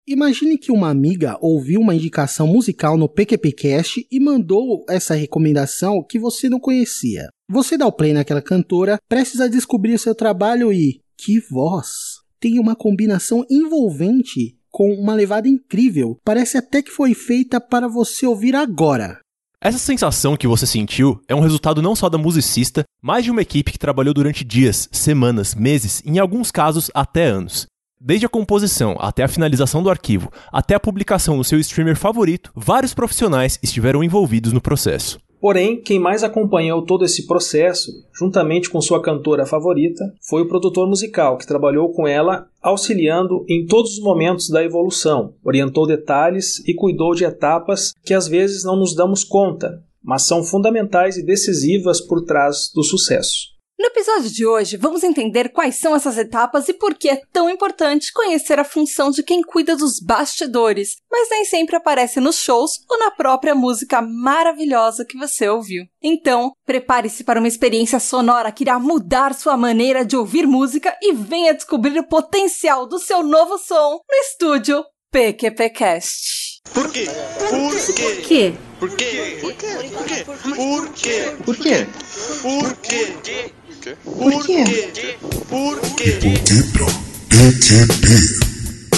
Imagine que uma amiga ouviu uma indicação musical no PQPcast e mandou essa recomendação que você não conhecia. Você dá o play naquela cantora, prestes a descobrir o seu trabalho e... que voz! Tem uma combinação envolvente com uma levada incrível. Parece até que foi feita para você ouvir agora. Essa sensação que você sentiu é um resultado não só da musicista, mas de uma equipe que trabalhou durante dias, semanas, meses e em alguns casos até anos. Desde a composição até a finalização do arquivo, até a publicação no seu streamer favorito, vários profissionais estiveram envolvidos no processo. Porém, quem mais acompanhou todo esse processo, juntamente com sua cantora favorita, foi o produtor musical, que trabalhou com ela auxiliando em todos os momentos da evolução, orientou detalhes e cuidou de etapas que às vezes não nos damos conta, mas são fundamentais e decisivas por trás do sucesso. No episódio de hoje, vamos entender quais são essas etapas e por que é tão importante conhecer a função de quem cuida dos bastidores, mas nem sempre aparece nos shows ou na própria música maravilhosa que você ouviu. Então, prepare-se para uma experiência sonora que irá mudar sua maneira de ouvir música e venha descobrir o potencial do seu novo som no estúdio PQPcast. Por quê? Por quê? Por quê? Por quê? Por quê? Por quê? Por quê? Por quê? Por quê? Por quê? PQP.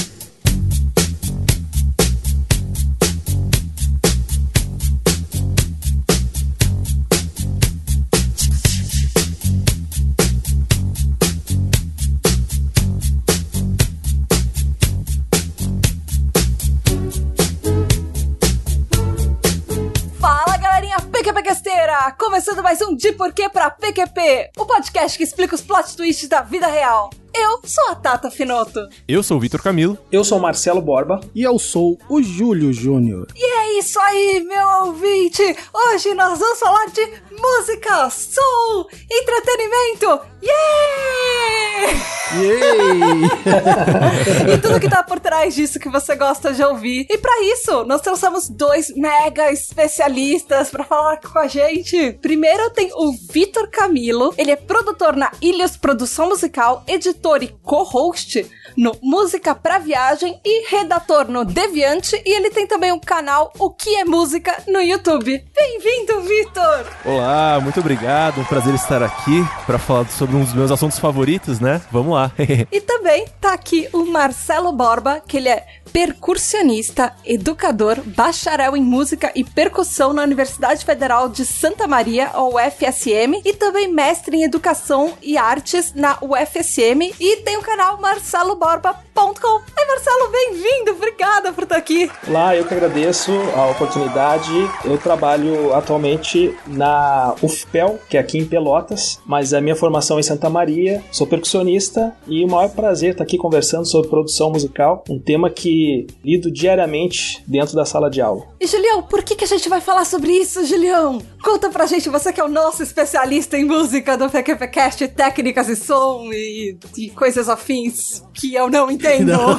PQPcasteira! Começando mais um De Porquê pra PQP, o podcast que explica os plot twists da vida real. Eu sou a Tata Finoto. Eu sou o Vitor Camilo. Eu sou o Marcelo Borba. E eu sou o Júlio Júnior. E é isso aí, meu ouvinte! Hoje nós vamos falar de música, som, entretenimento! Yeah! Yay! E tudo que tá por trás disso que você gosta de ouvir. E pra isso, nós trouxemos dois mega especialistas pra falar com a gente. Primeiro tem o Vitor Camilo. Ele é produtor na Ilhos Produção Musical, editor e co-host no Música pra Viagem e redator no Deviante, e ele tem também um canal O Que é Música no YouTube. Bem-vindo, Vitor! Olá, muito obrigado, um prazer estar aqui para falar sobre um dos meus assuntos favoritos, né? Vamos lá. E também tá aqui o Marcelo Borba, que ele é percussionista, educador, bacharel em música e percussão na Universidade Federal de Santa Maria, ou UFSM, e também mestre em educação e artes na UFSM, e tem o canal marceloborba.com. Ai, Marcelo, bem-vindo, obrigada por estar aqui. Olá, eu que agradeço a oportunidade. Eu trabalho atualmente na UFPEL, que é aqui em Pelotas, mas a minha formação é em Santa Maria, sou percussionista e o maior prazer estar aqui conversando sobre produção musical, um tema que lido diariamente dentro da sala de aula. E Julião, por que a gente vai falar sobre isso, Julião? Conta pra gente, você que é o nosso especialista em música do PQPcast, técnicas e som e coisas afins que eu não entendo. Não.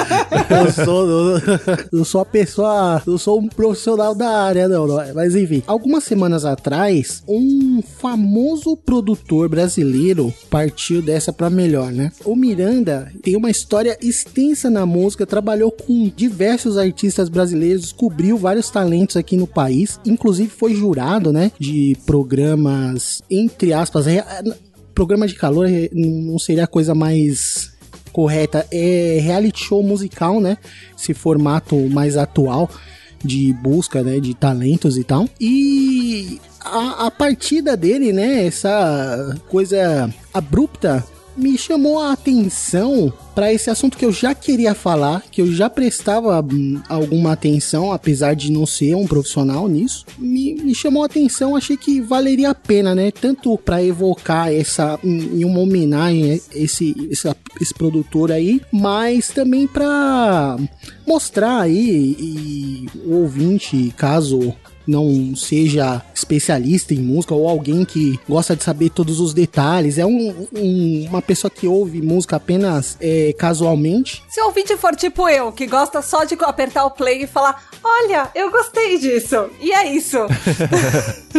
Eu sou a pessoa, eu sou um profissional da área, não. Mas enfim, algumas semanas atrás, um famoso produtor brasileiro partiu dessa pra melhor, né? O Miranda tem uma história extensa na música, trabalhou com diversos artistas brasileiros, descobriu vários talentos aqui no país, inclusive foi jurado, né, de programas, entre aspas, programa de calor não seria a coisa mais correta, é reality show musical, né, esse formato mais atual de busca, né, de talentos e tal, e a partida dele, né, essa coisa abrupta, me chamou a atenção para esse assunto que eu já queria falar, que eu já prestava alguma atenção, apesar de não ser um profissional nisso. Me chamou a atenção, achei que valeria a pena, né? Tanto para evocar em uma homenagem esse produtor aí, mas também para mostrar aí e o ouvinte, caso não seja especialista em música ou alguém que gosta de saber todos os detalhes, é uma pessoa que ouve música apenas casualmente. Se o ouvinte for tipo eu, que gosta só de apertar o play e falar, olha, eu gostei disso, e é isso.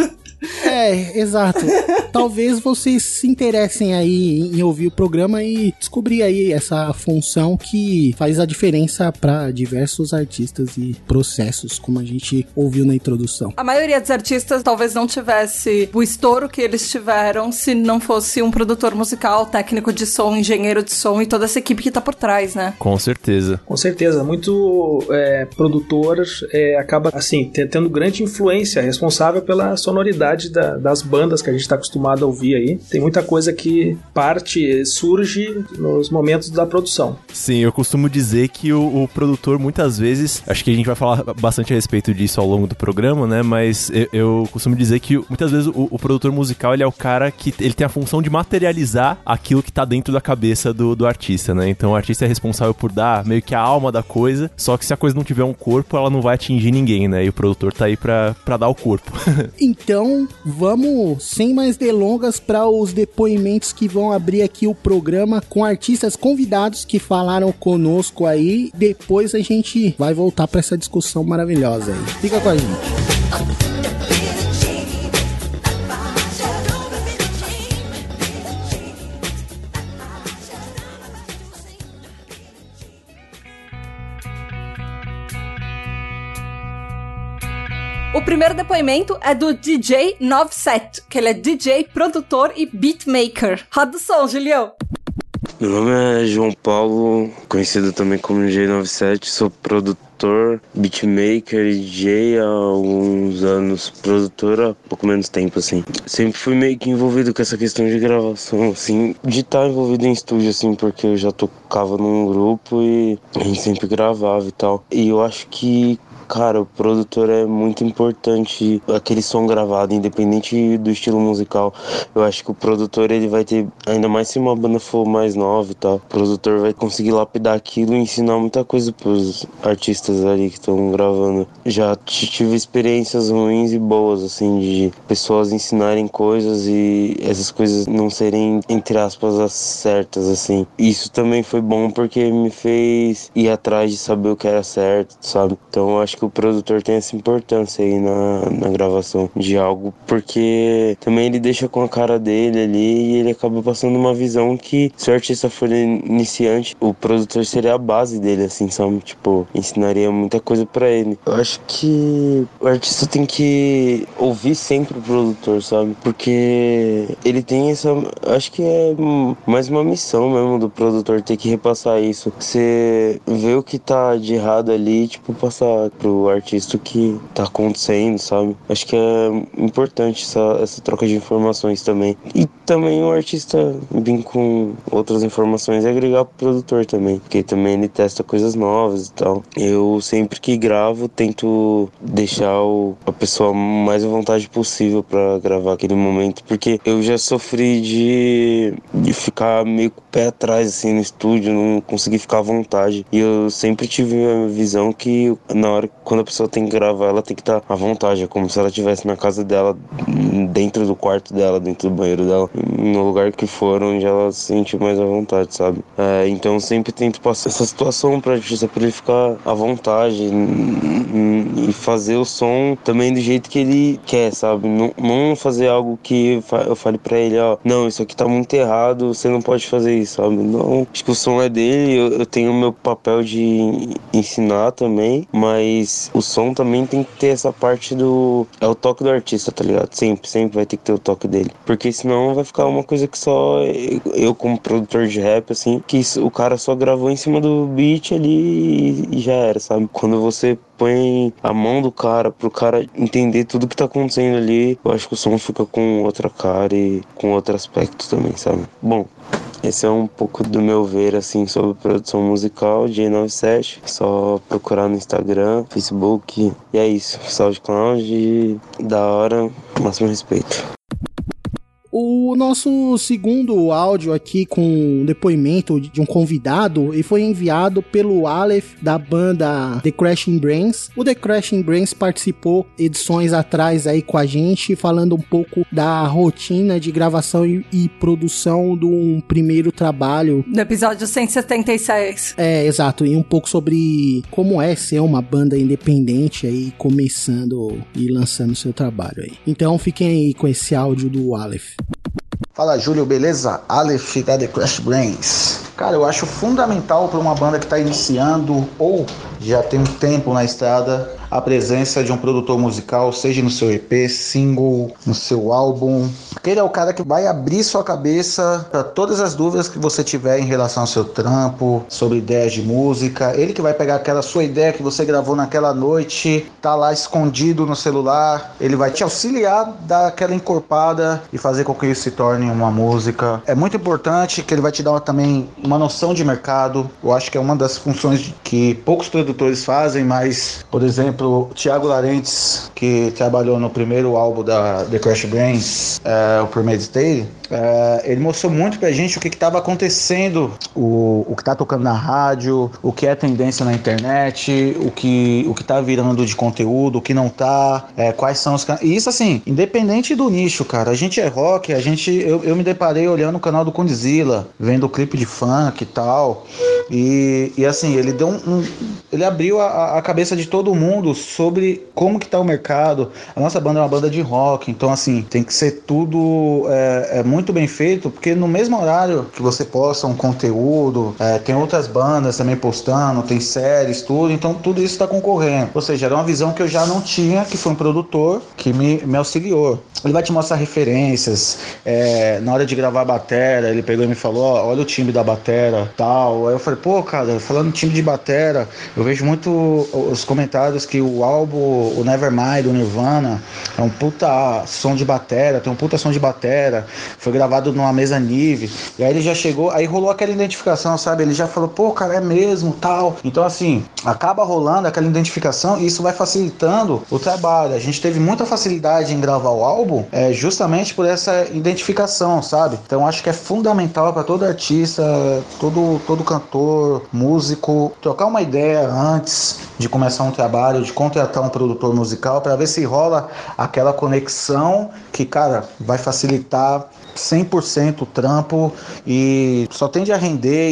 Exato. Talvez vocês se interessem aí em ouvir o programa e descobrir aí essa função que faz a diferença para diversos artistas e processos, como a gente ouviu na introdução. A maioria dos artistas talvez não tivesse o estouro que eles tiveram se não fosse um produtor musical, técnico de som, engenheiro de som e toda essa equipe que tá por trás, né? Com certeza. Com certeza. Muito produtor acaba, assim, tendo grande influência, responsável pela sonoridade das bandas que a gente está acostumado a ouvir aí. Tem muita coisa que surge nos momentos da produção. Sim, eu costumo dizer que o produtor, muitas vezes, acho que a gente vai falar bastante a respeito disso ao longo do programa, né, mas eu costumo dizer que muitas vezes o produtor musical, ele é o cara que ele tem a função de materializar aquilo que tá dentro da cabeça do artista, né, então o artista é responsável por dar meio que a alma da coisa, só que se a coisa não tiver um corpo, ela não vai atingir ninguém, né, e o produtor tá aí pra dar o corpo. Então, vamos, sem mais delongas, para os depoimentos que vão abrir aqui o programa com artistas convidados que falaram conosco aí. Depois a gente vai voltar para essa discussão maravilhosa aí. Fica com a gente. O primeiro depoimento é do DJ 97, que ele é DJ, produtor e beatmaker. Roda o som, Julião. Meu nome é João Paulo, conhecido também como DJ97, sou produtor, beatmaker e DJ há alguns anos, produtor há pouco menos tempo, assim. Sempre fui meio que envolvido com essa questão de gravação, assim, de estar envolvido em estúdio, assim, porque eu já tocava num grupo e a gente sempre gravava e tal. E eu acho que, cara, o produtor é muito importante, aquele som gravado, independente do estilo musical. Eu acho que o produtor, ele vai ter, ainda mais se uma banda for mais nova e tal, o produtor vai conseguir lapidar aquilo e ensinar muita coisa pros artistas ali que estão gravando. Já tive experiências ruins e boas, assim, de pessoas ensinarem coisas e essas coisas não serem, entre aspas, as certas, assim. Isso também foi bom porque me fez ir atrás de saber o que era certo, sabe? Então eu acho que o produtor tem essa importância aí na gravação de algo, porque também ele deixa com a cara dele ali e ele acaba passando uma visão que, se o artista for iniciante, o produtor seria a base dele, assim, sabe? Tipo, ensinaria muita coisa pra ele. Eu acho que o artista tem que ouvir sempre o produtor, sabe? Porque ele tem essa... Acho que é mais uma missão mesmo do produtor, ter que repassar isso. Você vê o que tá de errado ali, tipo, passar pro artista o que tá acontecendo, sabe? Acho que é importante essa troca de informações também. E também o artista vir com outras informações e agregar pro produtor também, porque também ele testa coisas novas e tal. Eu sempre que gravo tento deixar a pessoa mais à vontade possível pra gravar aquele momento, porque eu já sofri de ficar meio com o pé atrás assim no estúdio, não conseguir ficar à vontade. E eu sempre tive a visão que na hora, quando a pessoa tem que gravar, ela tem que estar à vontade, é como se ela estivesse na casa dela, dentro do quarto dela, dentro do banheiro dela, no lugar que for, onde ela se sente mais à vontade, sabe? Então eu sempre tento passar essa situação pra artista, pra ele ficar à vontade e fazer o som também do jeito que ele quer, sabe? Não fazer algo que eu fale pra ele, ó, não, isso aqui tá muito errado, você não pode fazer isso, sabe? Não, acho que o som é dele, eu tenho o meu papel de ensinar também, mas o som também tem que ter essa parte é o toque do artista, tá ligado? Sempre vai ter que ter o toque dele, porque senão vai ficar uma coisa que só eu como produtor de rap, assim, que o cara só gravou em cima do beat ali e já era, sabe? Quando você põe a mão do cara pro cara entender tudo que tá acontecendo ali, eu acho que o som fica com outra cara e com outro aspecto também, sabe? Bom, esse é um pouco do meu ver, assim, sobre produção musical, DJ97. Só procurar no Instagram, Facebook. E é isso. SoundCloud, da hora, máximo respeito. O nosso segundo áudio aqui com depoimento de um convidado e foi enviado pelo Aleph da banda The Crashing Brains. O The Crashing Brains participou edições atrás aí com a gente, falando um pouco da rotina de gravação e produção de um primeiro trabalho. No episódio 176. Exato, e um pouco sobre como é ser uma banda independente aí, começando e lançando seu trabalho aí. Então fiquem aí com esse áudio do Aleph. Fala, Júlio, beleza? Aleph da The Crash Brains. Cara, eu acho fundamental para uma banda que está iniciando ou já tem um tempo na estrada a presença de um produtor musical, seja no seu EP, single, no seu álbum. Porque ele é o cara que vai abrir sua cabeça para todas as dúvidas que você tiver em relação ao seu trampo, sobre ideias de música. Ele que vai pegar aquela sua ideia que você gravou naquela noite, tá lá escondido no celular. Ele vai te auxiliar, dar aquela encorpada e fazer com que isso se torne uma música. É muito importante que ele vai te dar também uma noção de mercado. Eu acho que é uma das funções que poucos produtores fazem, mas, por exemplo, o Thiago Larentes, que trabalhou no primeiro álbum da The Crash Brains, o Premeditated, ele mostrou muito pra gente o que estava acontecendo, o que tá tocando na rádio, o que é tendência na internet, o que tá virando de conteúdo, o que não tá, quais são os... E isso assim, independente do nicho, cara, a gente é rock, eu me deparei olhando o canal do Condzilla, vendo o clipe de funk e tal, e assim, ele deu ele abriu a cabeça de todo mundo sobre como que tá o mercado. A nossa banda é uma banda de rock, então assim, tem que ser tudo muito bem feito, porque no mesmo horário que você posta um conteúdo, tem outras bandas também postando, tem séries, tudo, então tudo isso está concorrendo. Ou seja, era uma visão que eu já não tinha, que foi um produtor que me auxiliou. Ele vai te mostrar referências, na hora de gravar a batera, ele pegou e me falou, olha o timbre da batera, tal. Aí eu falei, pô, cara, falando de timbre de batera, eu vejo muito os comentários que o álbum, o Nevermind, do Nirvana, é um puta som de batera, tem um puta som de batera, foi gravado numa mesa Nive, e aí ele já chegou, aí rolou aquela identificação, sabe, ele já falou, pô, cara, é mesmo, tal. Então assim, acaba rolando aquela identificação e isso vai facilitando o trabalho. A gente teve muita facilidade em gravar o álbum, justamente por essa identificação, sabe? Então acho que é fundamental para todo artista, todo cantor, músico, trocar uma ideia antes de começar um trabalho, de contratar um produtor musical, para ver se rola aquela conexão que, cara, vai facilitar 100% o trampo e só tende a render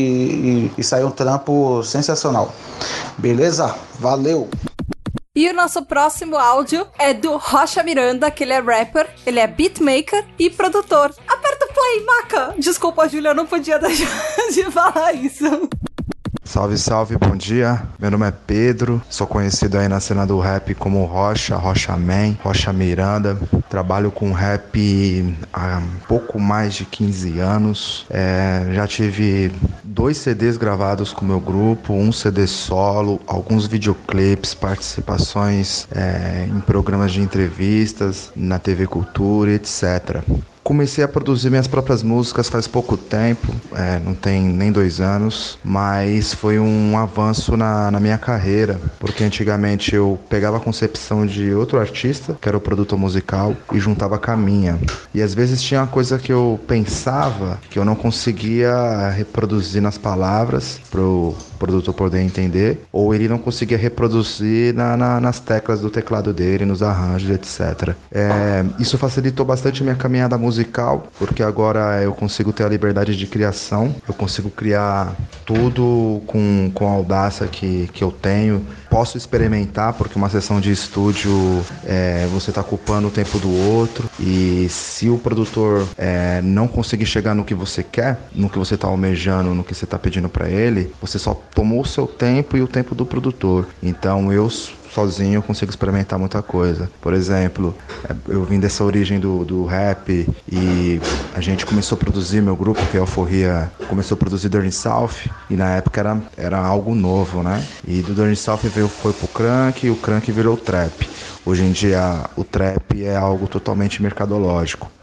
e sair um trampo sensacional. Beleza? Valeu! E o nosso próximo áudio é do Rocha Miranda, que ele é rapper, ele é beatmaker e produtor. Aperta o play, Maca! Desculpa, Júlia, eu não podia deixar de falar isso. Salve, salve, bom dia. Meu nome é Pedro, sou conhecido aí na cena do rap como Rocha Man, Rocha Miranda. Trabalho com rap há um pouco mais de 15 anos. Já tive 2 CDs gravados com o meu grupo, um CD solo, alguns videoclipes, participações em programas de entrevistas, na TV Cultura, etc. Comecei a produzir minhas próprias músicas faz pouco tempo, não tem nem 2 anos, mas foi um avanço na minha carreira, porque antigamente eu pegava a concepção de outro artista, que era o produtor musical, e juntava com a minha. E às vezes tinha uma coisa que eu pensava que eu não conseguia reproduzir nas palavras pro produtor poder entender, ou ele não conseguia reproduzir nas teclas do teclado dele, nos arranjos, etc. Isso facilitou bastante minha caminhada musical, porque agora eu consigo ter a liberdade de criação, eu consigo criar tudo com a audácia que eu tenho. Posso experimentar, porque uma sessão de estúdio você está ocupando o tempo do outro, e se o produtor não conseguir chegar no que você quer, no que você está almejando, no que você está pedindo para ele, você só tomou o seu tempo e o tempo do produtor. Então eu sozinho eu consigo experimentar muita coisa. Por exemplo, eu vim dessa origem do rap e a gente começou a produzir, meu grupo, que é a Alforria, começou a produzir Dirty South, e na época era algo novo, né? E do Dirty South foi pro Crunk, e o Crunk virou o Trap. Hoje em dia o Trap é algo totalmente mercadológico.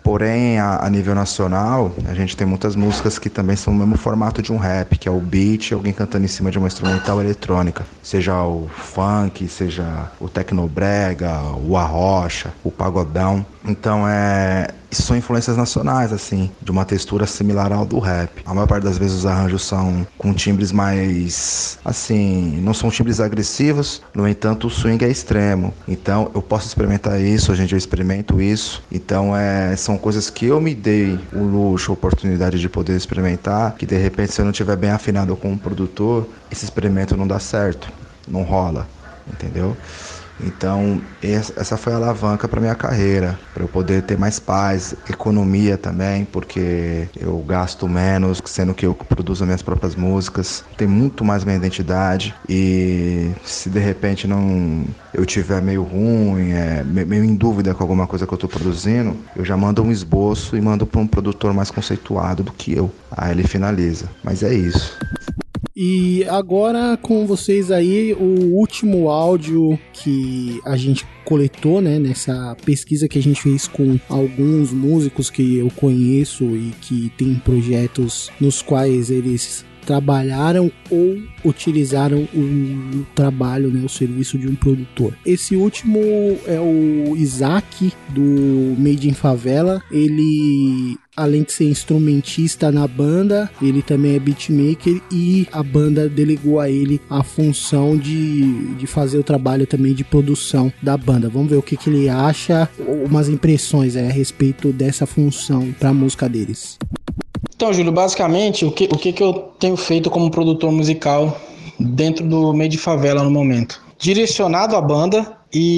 Porém, a nível nacional, a gente tem muitas músicas que também são no mesmo formato de um rap, que é o beat, alguém cantando em cima de uma instrumental eletrônica. Seja o funk, seja o tecnobrega, o arrocha, o pagodão. Então, isso são influências nacionais, assim, de uma textura similar ao do rap. A maior parte das vezes os arranjos são com timbres mais, assim, não são timbres agressivos, no entanto o swing é extremo. Então eu posso experimentar isso, hoje em dia eu experimento isso. Então são coisas que eu me dei o luxo, a oportunidade de poder experimentar, que de repente se eu não estiver bem afinado com um produtor, esse experimento não dá certo, não rola, entendeu? Então, essa foi a alavanca para minha carreira, para eu poder ter mais paz, economia também, porque eu gasto menos, sendo que eu produzo as minhas próprias músicas, tem muito mais minha identidade, e se de repente eu tiver meio ruim, meio em dúvida com alguma coisa que eu estou produzindo, eu já mando um esboço e mando para um produtor mais conceituado do que eu. Aí ele finaliza, mas é isso. E agora com vocês aí o último áudio que a gente coletou, né, nessa pesquisa que a gente fez com alguns músicos que eu conheço e que tem projetos nos quais eles trabalharam ou utilizaram o trabalho, né, o serviço de um produtor. Esse último é o Isaac, do Made in Favela. Ele, além de ser instrumentista na banda, ele também é beatmaker, e a banda delegou a ele a função de fazer o trabalho também de produção da banda. Vamos ver o que ele acha, umas impressões a respeito dessa função para a música deles. Então, Júlio, basicamente, o que eu tenho feito como produtor musical dentro do Made in Favela no momento? Direcionado a banda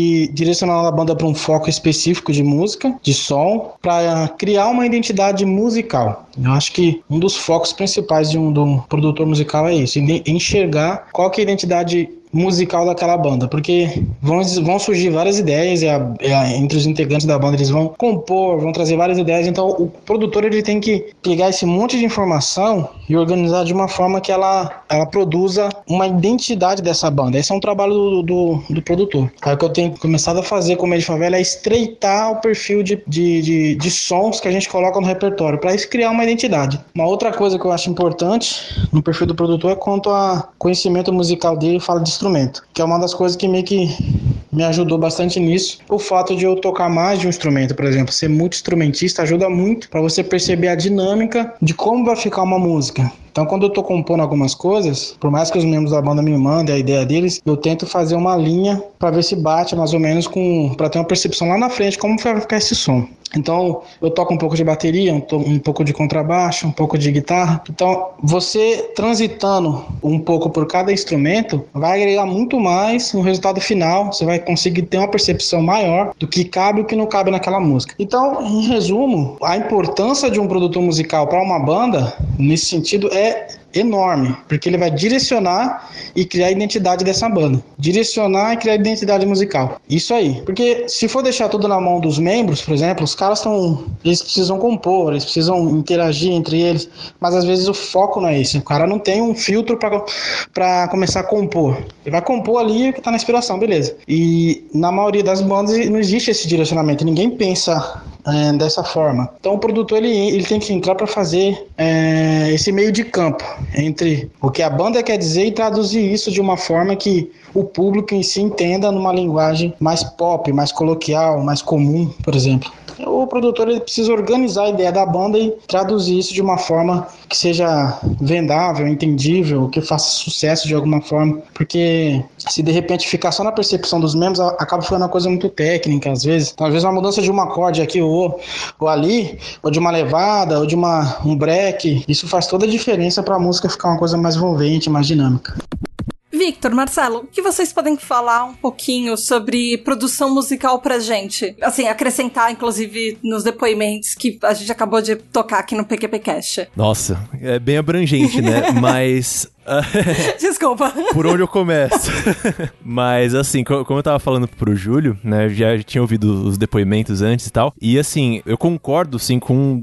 para um foco específico de música, de som, para criar uma identidade musical. Eu acho que um dos focos principais de um produtor musical é isso, enxergar qual que é a identidade musical daquela banda, porque vão surgir várias ideias entre os integrantes da banda, eles vão compor, vão trazer várias ideias, então o produtor ele tem que pegar esse monte de informação e organizar de uma forma que ela produza uma identidade dessa banda. Esse é um trabalho do produtor. Aí o que eu tenho começado a fazer com o Made in Favela é estreitar o perfil de sons que a gente coloca no repertório, para isso criar uma identidade. Uma outra coisa que eu acho importante no perfil do produtor é quanto a conhecimento musical dele, fala de instrumento, que é uma das coisas que meio que me ajudou bastante nisso. O fato de eu tocar mais de um instrumento, por exemplo, ser multi-instrumentista ajuda muito para você perceber a dinâmica de como vai ficar uma música. Então, quando eu tô compondo algumas coisas, por mais que os membros da banda me mandem a ideia deles, eu tento fazer uma linha para ver se bate mais ou menos para ter uma percepção lá na frente como vai ficar esse som. Então, eu toco um pouco de bateria, um pouco de contrabaixo, um pouco de guitarra. Então, você transitando um pouco por cada instrumento vai agregar muito mais no resultado final. Você vai conseguir ter uma percepção maior do que cabe e o que não cabe naquela música. Então, em resumo, a importância de um produtor musical para uma banda, nesse sentido, é enorme, porque ele vai direcionar e criar a identidade dessa banda. Direcionar e criar a identidade musical. Isso aí. Porque se for deixar tudo na mão dos membros, por exemplo, os caras eles precisam compor, eles precisam interagir entre eles, mas às vezes o foco não é esse. O cara não tem um filtro para começar a compor. Ele vai compor ali o que tá na inspiração, beleza. E na maioria das bandas não existe esse direcionamento, ninguém pensa dessa forma. Então o produtor ele tem que entrar para fazer esse meio de campo entre o que a banda quer dizer e traduzir isso de uma forma que o público em si entenda numa linguagem mais pop, mais coloquial, mais comum, por exemplo. O produtor ele precisa organizar a ideia da banda e traduzir isso de uma forma que seja vendável, entendível, que faça sucesso de alguma forma, porque se de repente ficar só na percepção dos membros, acaba ficando uma coisa muito técnica às vezes. Então, às vezes uma mudança de um acorde aqui ou ali, ou de uma levada, ou de um break, isso faz toda a diferença para a música ficar uma coisa mais envolvente, mais dinâmica. Victor, Marcelo, o que vocês podem falar um pouquinho sobre produção musical pra gente? Assim, acrescentar, inclusive, nos depoimentos que a gente acabou de tocar aqui no PQPcast. Nossa, é bem abrangente, né? Mas Desculpa. Por onde eu começo? Mas, assim, como eu tava falando pro Júlio, né, eu já tinha ouvido os depoimentos antes e tal, e, assim, eu concordo, sim, com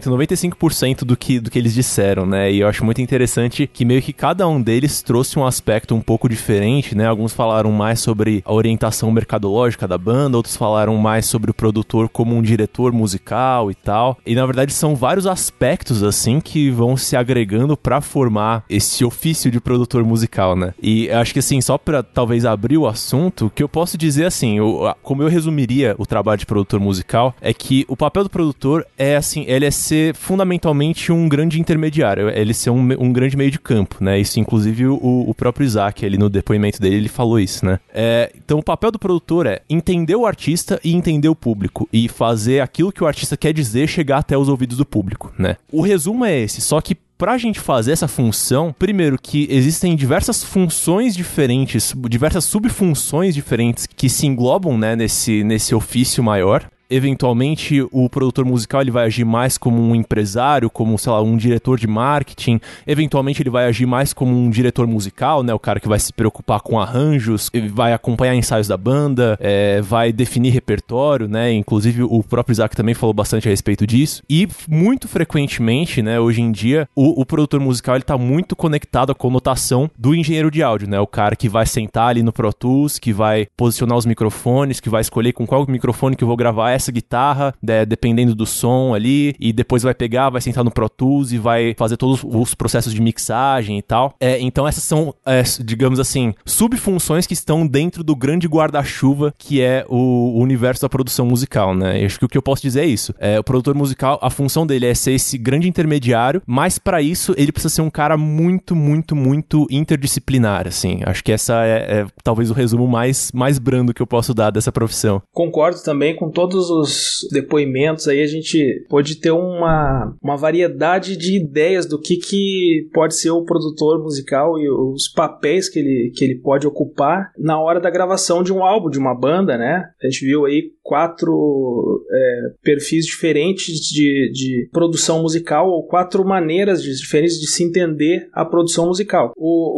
95% do que eles disseram, né, e eu acho muito interessante que meio que cada um deles trouxe um aspecto um pouco diferente, né, alguns falaram mais sobre a orientação mercadológica da banda, outros falaram mais sobre o produtor como um diretor musical e tal, e, na verdade, são vários aspectos, assim, que vão se agregando pra formar esse ofício de produtor musical, né? E acho que, assim, só pra talvez abrir o assunto, o que eu posso dizer, assim, como eu resumiria o trabalho de produtor musical, é que o papel do produtor é, assim, ele é ser fundamentalmente um grande intermediário, ele ser um grande meio de campo, né? Isso, inclusive, o próprio Isaac, ali no depoimento dele, ele falou isso, né? Então, o papel do produtor é entender o artista e entender o público, e fazer aquilo que o artista quer dizer chegar até os ouvidos do público, né? O resumo é esse, só que pra gente fazer essa função, primeiro que existem diversas funções diferentes, diversas subfunções diferentes que se englobam, né, nesse ofício maior. Eventualmente, o produtor musical ele vai agir mais como um empresário, como, sei lá, um diretor de marketing. Eventualmente, ele vai agir mais como um diretor musical, né? O cara que vai se preocupar com arranjos, vai acompanhar ensaios da banda, vai definir repertório, né? Inclusive, o próprio Isaac também falou bastante a respeito disso. E, muito frequentemente, né, hoje em dia, o produtor musical ele tá muito conectado à conotação do engenheiro de áudio, né? O cara que vai sentar ali no Pro Tools, que vai posicionar os microfones, que vai escolher com qual microfone que eu vou gravar essa guitarra, dependendo do som ali, e depois vai pegar, vai sentar no Pro Tools e vai fazer todos os processos de mixagem e tal. Então essas são, digamos assim, subfunções que estão dentro do grande guarda-chuva que é o universo da produção musical, né? Eu acho que o que eu posso dizer é isso. O produtor musical, a função dele é ser esse grande intermediário, mas pra isso ele precisa ser um cara muito, muito, muito interdisciplinar, assim. Acho que essa é talvez o resumo mais brando que eu posso dar dessa profissão. Concordo também com todos os depoimentos aí, a gente pode ter uma variedade de ideias do que pode ser o produtor musical e os papéis que ele pode ocupar na hora da gravação de um álbum, de uma banda, né? A gente viu aí 4 perfis diferentes de produção musical, ou 4 maneiras diferentes de se entender a produção musical.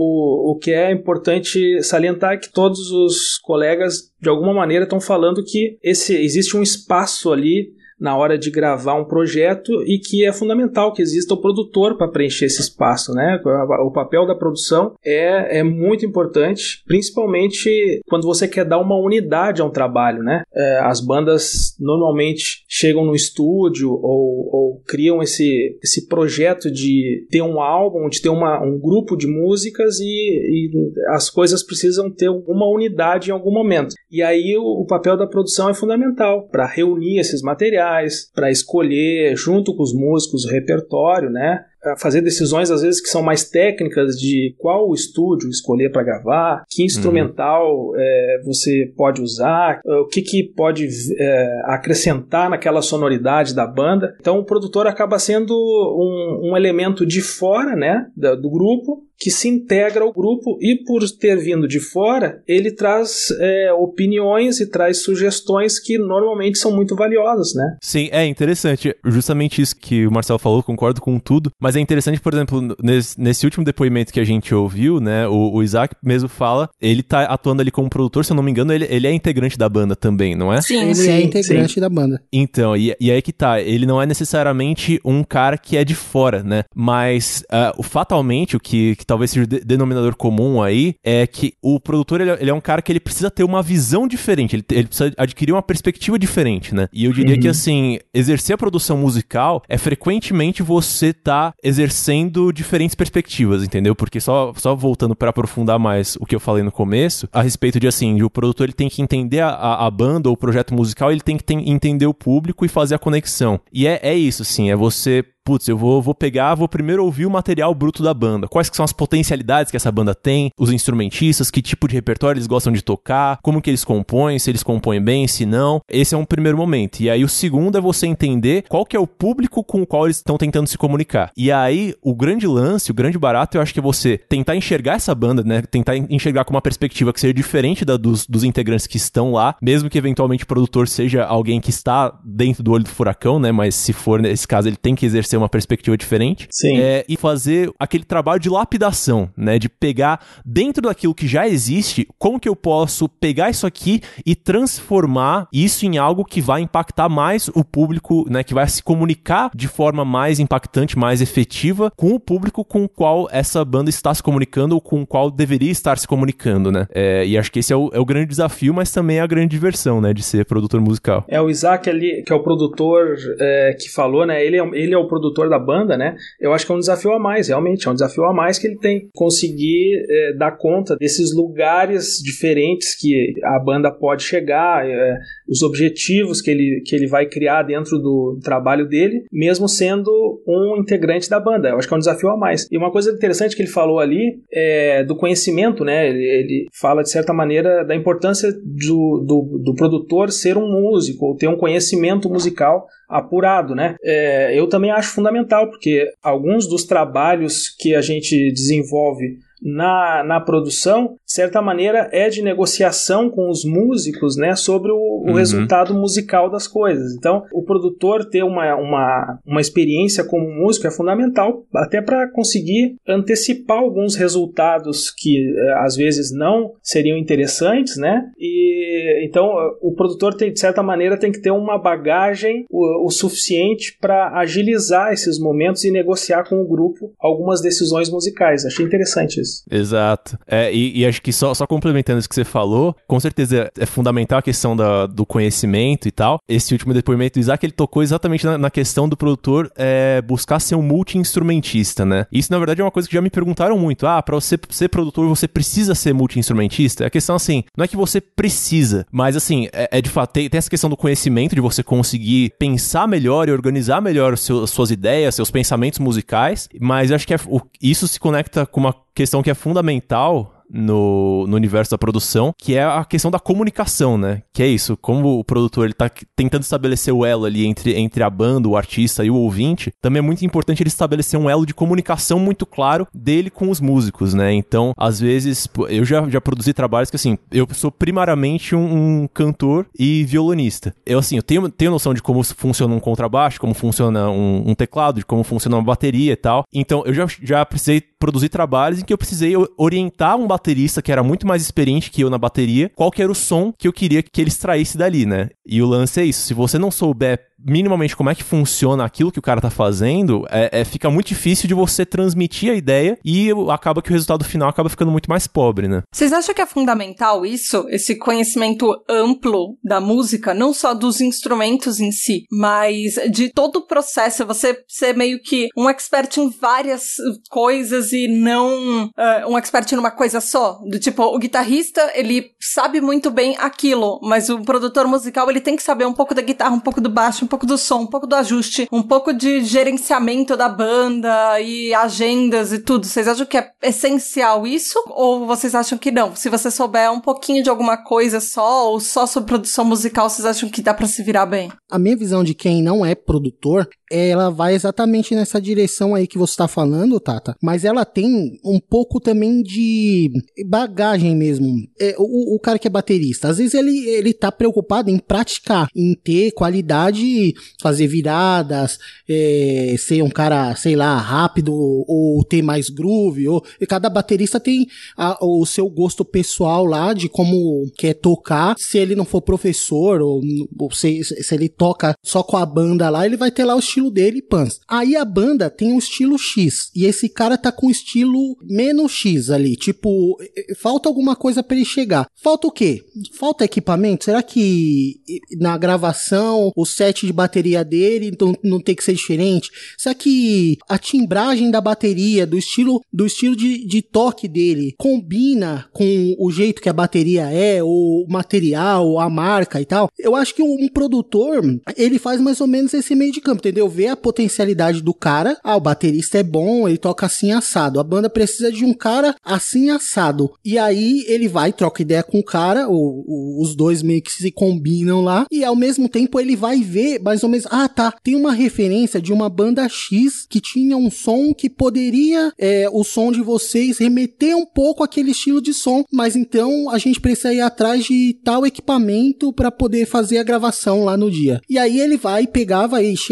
O que é importante salientar é que todos os colegas de alguma maneira estão falando que existe um espaço ali na hora de gravar um projeto e que é fundamental que exista o produtor para preencher esse espaço, né? O papel da produção é muito importante, principalmente quando você quer dar uma unidade a um trabalho, né? As bandas normalmente chegam no estúdio ou criam esse projeto de ter um álbum, de ter um grupo de músicas e as coisas precisam ter uma unidade em algum momento. E aí o papel da produção é fundamental para reunir esses materiais, para escolher, junto com os músicos, o repertório, né? Fazer decisões, às vezes, que são mais técnicas de qual estúdio escolher para gravar, que instrumental você pode usar, o que pode acrescentar naquela sonoridade da banda. Então, o produtor acaba sendo um elemento de fora, né, do grupo, que se integra ao grupo, e por ter vindo de fora, ele traz opiniões e traz sugestões que normalmente são muito valiosas, né? Sim, é interessante. Justamente isso que o Marcelo falou, concordo com tudo, mas é interessante, por exemplo, nesse último depoimento que a gente ouviu, né, o Isaac mesmo fala, ele tá atuando ali como produtor, se eu não me engano, ele é integrante da banda também, não é? Sim, ele é integrante da banda. Então, e aí que tá, ele não é necessariamente um cara que é de fora, né, mas fatalmente o que talvez seja o denominador comum aí é que o produtor, ele é um cara que ele precisa ter uma visão diferente, ele precisa adquirir uma perspectiva diferente, né, e eu diria que, assim, exercer a produção musical é frequentemente você tá exercendo diferentes perspectivas, entendeu? Porque só voltando para aprofundar mais o que eu falei no começo, a respeito de, assim, o produtor ele tem que entender a banda ou o projeto musical, ele tem que entender o público e fazer a conexão. E é isso, assim, é você... Putz, eu vou primeiro ouvir o material bruto da banda. Quais que são as potencialidades que essa banda tem, os instrumentistas, que tipo de repertório eles gostam de tocar, como que eles compõem, se eles compõem bem, se não. Esse é um primeiro momento. E aí o segundo é você entender qual que é o público com o qual eles estão tentando se comunicar. E aí o grande lance, o grande barato, eu acho que é você tentar enxergar essa banda, né? Tentar enxergar com uma perspectiva que seja diferente dos integrantes que estão lá, mesmo que eventualmente o produtor seja alguém que está dentro do olho do furacão, né? Mas se for nesse caso, ele tem que exercer ter uma perspectiva diferente. Sim. E fazer aquele trabalho de lapidação, né? De pegar dentro daquilo que já existe, como que eu posso pegar isso aqui e transformar isso em algo que vai impactar mais o público, né? Que vai se comunicar de forma mais impactante, mais efetiva com o público com o qual essa banda está se comunicando ou com o qual deveria estar se comunicando, né? E acho que esse é o grande desafio, mas também é a grande diversão, né? De ser produtor musical. O Isaac ali, que é o produtor que falou, né? Ele é o produtor da banda, né? Eu acho que é um desafio a mais, realmente. É um desafio a mais que ele tem. Conseguir dar conta desses lugares diferentes que a banda pode chegar, os objetivos que ele vai criar dentro do trabalho dele, mesmo sendo um integrante da banda. Eu acho que é um desafio a mais. E uma coisa interessante que ele falou ali é do conhecimento, né? Ele fala, de certa maneira, da importância do produtor ser um músico, ou ter um conhecimento musical apurado, né? Eu também acho fundamental, porque alguns dos trabalhos que a gente desenvolve na produção, de certa maneira, é de negociação com os músicos, né, sobre o resultado musical das coisas. Então, o produtor ter uma experiência como músico é fundamental, até para conseguir antecipar alguns resultados que às vezes não seriam interessantes, né? E então o produtor tem, de certa maneira, tem que ter uma bagagem o suficiente para agilizar esses momentos e negociar com o grupo algumas decisões musicais. Achei interessante isso. Exato. E acho que só complementando isso que você falou, com certeza é fundamental a questão do conhecimento e tal. Esse último depoimento do Isaac, ele tocou exatamente na questão do produtor buscar ser um multi-instrumentista, né? Isso, na verdade, é uma coisa que já me perguntaram muito. Pra você ser produtor, você precisa ser multi-instrumentista? A questão, assim, não é que você precisa, mas, assim, de fato, tem essa questão do conhecimento, de você conseguir pensar melhor e organizar melhor suas ideias, seus pensamentos musicais, mas eu acho que isso se conecta com uma questão que é fundamental no universo da produção, que é a questão da comunicação, né? Que é isso, como o produtor ele tá tentando estabelecer o elo ali entre a banda, o artista e o ouvinte, também é muito importante ele estabelecer um elo de comunicação muito claro dele com os músicos, né? Então, às vezes, eu já produzi trabalhos que, assim, eu sou primariamente um cantor e violonista. Eu tenho noção de como funciona um contrabaixo, como funciona um teclado, de como funciona uma bateria e tal. Então, eu já precisei produzir trabalhos em que eu precisei orientar um baterista que era muito mais experiente que eu na bateria, qual que era o som que eu queria que ele extraísse dali, né? E o lance é isso, se você não souber minimamente como é que funciona aquilo que o cara tá fazendo, fica muito difícil de você transmitir a ideia e acaba que o resultado final acaba ficando muito mais pobre, né? Vocês acham que é fundamental isso, esse conhecimento amplo da música, não só dos instrumentos em si, mas de todo o processo, você ser meio que um expert em várias coisas e não um expert numa coisa só? Do tipo, o guitarrista, ele sabe muito bem aquilo, mas o produtor musical, ele tem que saber um pouco da guitarra, um pouco do baixo, um pouco do som, um pouco do ajuste, um pouco de gerenciamento da banda e agendas e tudo. Vocês acham que é essencial isso? Ou vocês acham que não? Se você souber um pouquinho de alguma coisa só, ou só sobre produção musical, vocês acham que dá pra se virar bem? A minha visão de quem não é produtor, ela vai exatamente nessa direção aí que você tá falando, Tata, mas ela tem um pouco também de bagagem mesmo. O cara que é baterista, às vezes ele tá preocupado em praticar, em ter qualidade, fazer viradas, ser um cara, sei lá, rápido, ou ter mais groove, e cada baterista tem o seu gosto pessoal lá de como quer tocar. Se ele não for professor, ou se ele toca só com a banda lá, ele vai ter lá o estilo dele, pans. Aí a banda tem um estilo X, e esse cara tá com o estilo menos X ali, tipo, falta alguma coisa pra ele chegar. Falta o quê? Falta equipamento? Será que na gravação o set de bateria dele então não tem que ser diferente? Será que a timbragem da bateria, do estilo de toque dele combina com o jeito que a bateria o material, a marca e tal? Eu acho que um produtor, ele faz mais ou menos esse meio de campo, entendeu? Vê a potencialidade do cara, o baterista é bom, ele toca assim assado, a banda precisa de um cara assim assado, e aí ele vai, troca ideia com o cara, os dois meio que se combinam lá, e ao mesmo tempo ele vai ver mais ou menos, tem uma referência de uma banda X que tinha um som que poderia, o som de vocês remeter um pouco àquele estilo de som, mas então a gente precisa ir atrás de tal equipamento para poder fazer a gravação lá no dia. E aí ele vai chegar lá no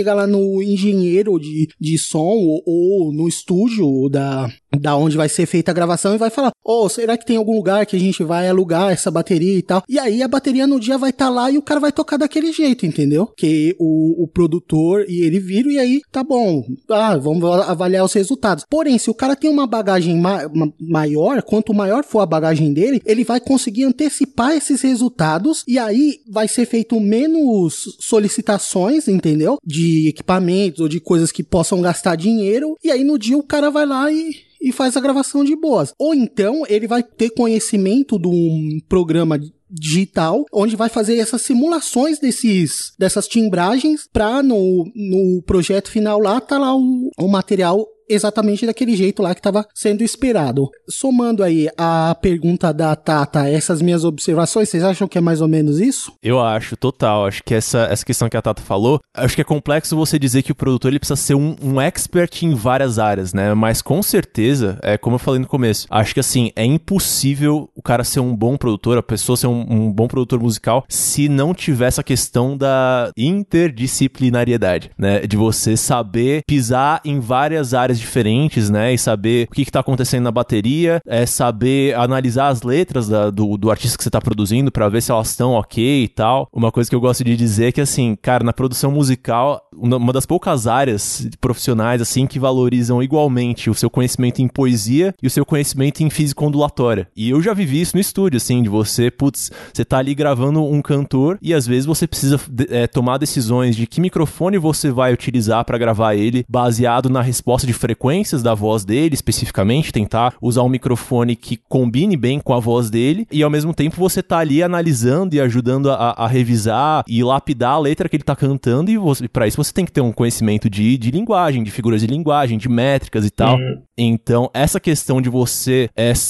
no engenheiro de som ou no estúdio da onde vai ser feita a gravação e vai falar, será que tem algum lugar que a gente vai alugar essa bateria e tal? E aí a bateria no dia vai estar lá e o cara vai tocar daquele jeito, entendeu? Que o produtor e ele viram e aí, tá bom, vamos avaliar os resultados. Porém, se o cara tem uma bagagem maior, quanto maior for a bagagem dele, ele vai conseguir antecipar esses resultados e aí vai ser feito menos solicitações, entendeu? De equipamentos ou de coisas que possam gastar dinheiro e aí no dia o cara vai lá e faz a gravação de boas. Ou então ele vai ter conhecimento de um programa digital, onde vai fazer essas simulações dessas timbragens pra no projeto final lá tá lá o material exatamente daquele jeito lá que estava sendo esperado. Somando aí a pergunta da Tata, essas minhas observações, vocês acham que é mais ou menos isso? Eu acho, total. Acho que essa questão que a Tata falou, acho que é complexo você dizer que o produtor ele precisa ser um expert em várias áreas, né? Mas com certeza, como eu falei no começo, acho que assim, é impossível o cara ser um bom produtor, a pessoa ser um bom produtor musical, se não tiver essa questão da interdisciplinariedade, né? De você saber pisar em várias áreas diferentes, né, e saber o que tá acontecendo na bateria, saber analisar as letras do artista que você tá produzindo pra ver se elas estão ok e tal. Uma coisa que eu gosto de dizer é que, assim, cara, na produção musical, uma das poucas áreas profissionais, assim, que valorizam igualmente o seu conhecimento em poesia e o seu conhecimento em física ondulatória. E eu já vivi isso no estúdio, assim, de você tá ali gravando um cantor e às vezes você precisa tomar decisões de que microfone você vai utilizar pra gravar ele, baseado na resposta de frequências da voz dele, especificamente, tentar usar um microfone que combine bem com a voz dele, e ao mesmo tempo você tá ali analisando e ajudando a revisar e lapidar a letra que ele tá cantando, e pra isso você tem que ter um conhecimento de linguagem, de figuras de linguagem, de métricas e tal. Então, essa questão de você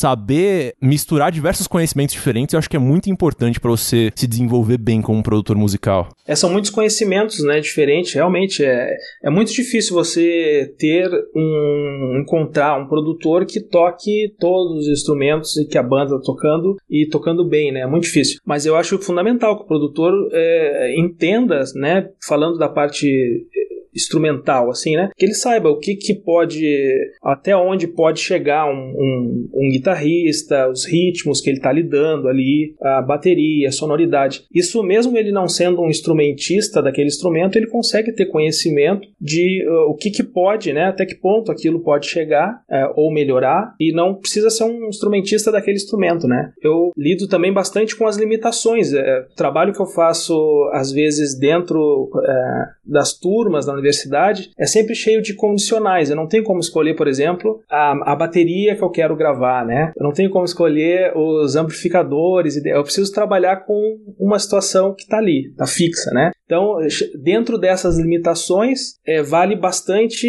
saber misturar diversos conhecimentos diferentes, eu acho que é muito importante pra você se desenvolver bem como um produtor musical. São muitos conhecimentos, né, diferentes. Realmente, é muito difícil você ter encontrar um produtor que toque todos os instrumentos e que a banda tá tocando e tocando bem, né? É muito difícil. Mas eu acho fundamental que o produtor entenda, né? Falando da parte instrumental, assim, né? Que ele saiba o que pode, até onde pode chegar um guitarrista, os ritmos que ele está lidando ali, a bateria, a sonoridade. Isso mesmo ele não sendo um instrumentista daquele instrumento, ele consegue ter conhecimento de o que pode, né? Até que ponto aquilo pode chegar ou melhorar, e não precisa ser um instrumentista daquele instrumento, né? Eu lido também bastante com as limitações. O trabalho que eu faço, às vezes, dentro das turmas da universidade, é sempre cheio de condicionais. Eu não tenho como escolher, por exemplo, a bateria que eu quero gravar, né? Eu não tenho como escolher os amplificadores. Eu preciso trabalhar com uma situação que está ali, está fixa, né? Então, dentro dessas limitações, vale bastante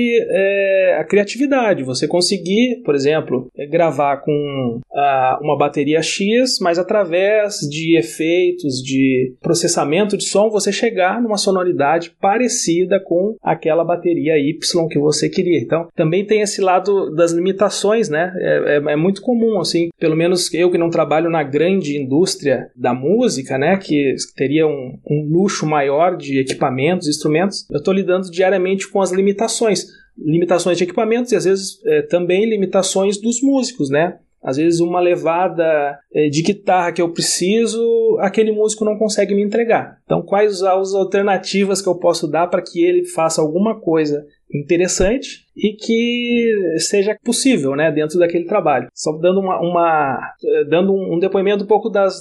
a criatividade. Você conseguir, por exemplo, gravar com uma bateria X, mas através de efeitos, de processamento de som, você chegar numa sonoridade parecida com aquela bateria Y que você queria. Então, também tem esse lado das limitações, né? É muito comum, assim, pelo menos eu que não trabalho na grande indústria da música, né, que teria um luxo maior de equipamentos, instrumentos, eu estou lidando diariamente com as limitações de equipamentos e às vezes também limitações dos músicos, né? Às vezes uma levada de guitarra que eu preciso, aquele músico não consegue me entregar. Então, quais as alternativas que eu posso dar para que ele faça alguma coisa interessante e que seja possível, né, dentro daquele trabalho. Só dando dando um depoimento um pouco das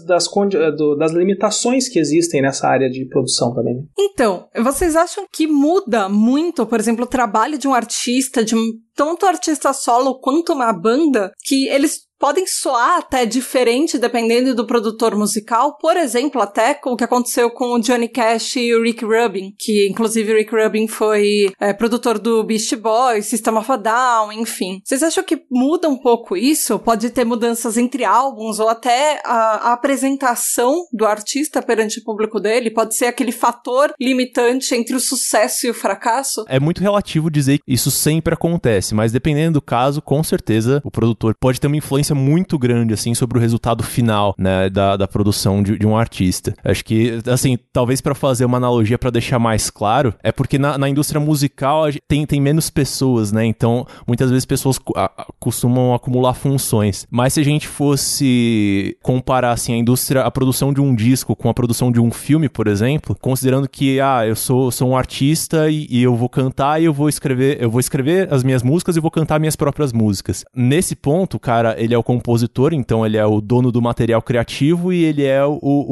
limitações que existem nessa área de produção também. Né? Então, vocês acham que muda muito, por exemplo, o trabalho de um artista, tanto artista solo quanto uma banda, que eles podem soar até diferente dependendo do produtor musical? Por exemplo, até o que aconteceu com o Johnny Cash e o Rick Rubin, que inclusive o Rick Rubin foi produtor do Beastie Boys, System of a Down, enfim. Vocês acham que muda um pouco isso? Pode ter mudanças entre álbuns ou até a apresentação do artista perante o público dele? Pode ser aquele fator limitante entre o sucesso e o fracasso? É muito relativo dizer que isso sempre acontece, mas dependendo do caso, com certeza o produtor pode ter uma influência influência muito grande, assim, sobre o resultado final, né, da produção de um artista. Acho que, assim, talvez para fazer uma analogia para deixar mais claro, é porque na indústria musical tem menos pessoas, né, então muitas vezes pessoas costumam acumular funções. Mas se a gente fosse comparar, assim, a produção de um disco com a produção de um filme, por exemplo, considerando que, eu sou um artista e eu vou cantar e eu vou escrever as minhas músicas e vou cantar minhas próprias músicas. Nesse ponto, cara, ele é o compositor, então ele é o dono do material criativo e ele é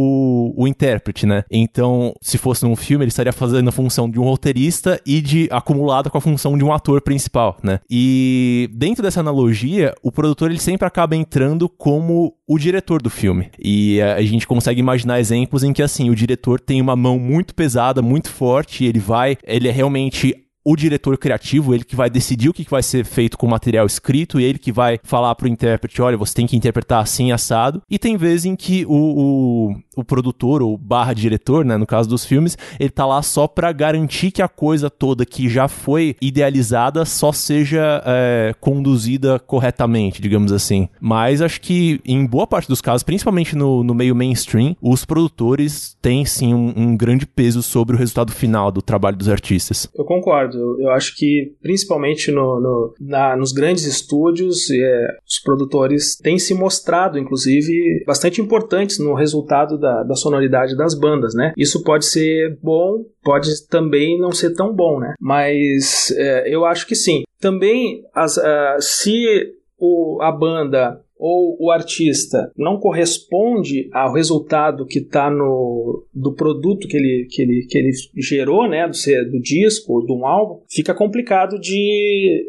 o intérprete, né? Então, se fosse num filme, ele estaria fazendo a função de um roteirista e acumulada com a função de um ator principal, né? E dentro dessa analogia, o produtor, ele sempre acaba entrando como o diretor do filme. E a gente consegue imaginar exemplos em que, assim, o diretor tem uma mão muito pesada, muito forte, e ele é realmente o diretor criativo, ele que vai decidir o que vai ser feito com o material escrito, e ele que vai falar pro intérprete, olha, você tem que interpretar assim, assado. E tem vezes em que o produtor, ou /diretor, né, no caso dos filmes, ele tá lá só pra garantir que a coisa toda que já foi idealizada só seja conduzida corretamente, digamos assim. Mas acho que em boa parte dos casos, principalmente no meio mainstream, os produtores têm sim um grande peso sobre o resultado final do trabalho dos artistas. Eu concordo. Eu acho que, principalmente nos grandes estúdios, os produtores têm se mostrado, inclusive, bastante importantes no resultado da sonoridade das bandas, né? Isso pode ser bom, pode também não ser tão bom, né? Mas eu acho que sim. Também, se a banda ou o artista não corresponde ao resultado que está do produto que ele gerou, né, do disco, de um álbum, fica complicado de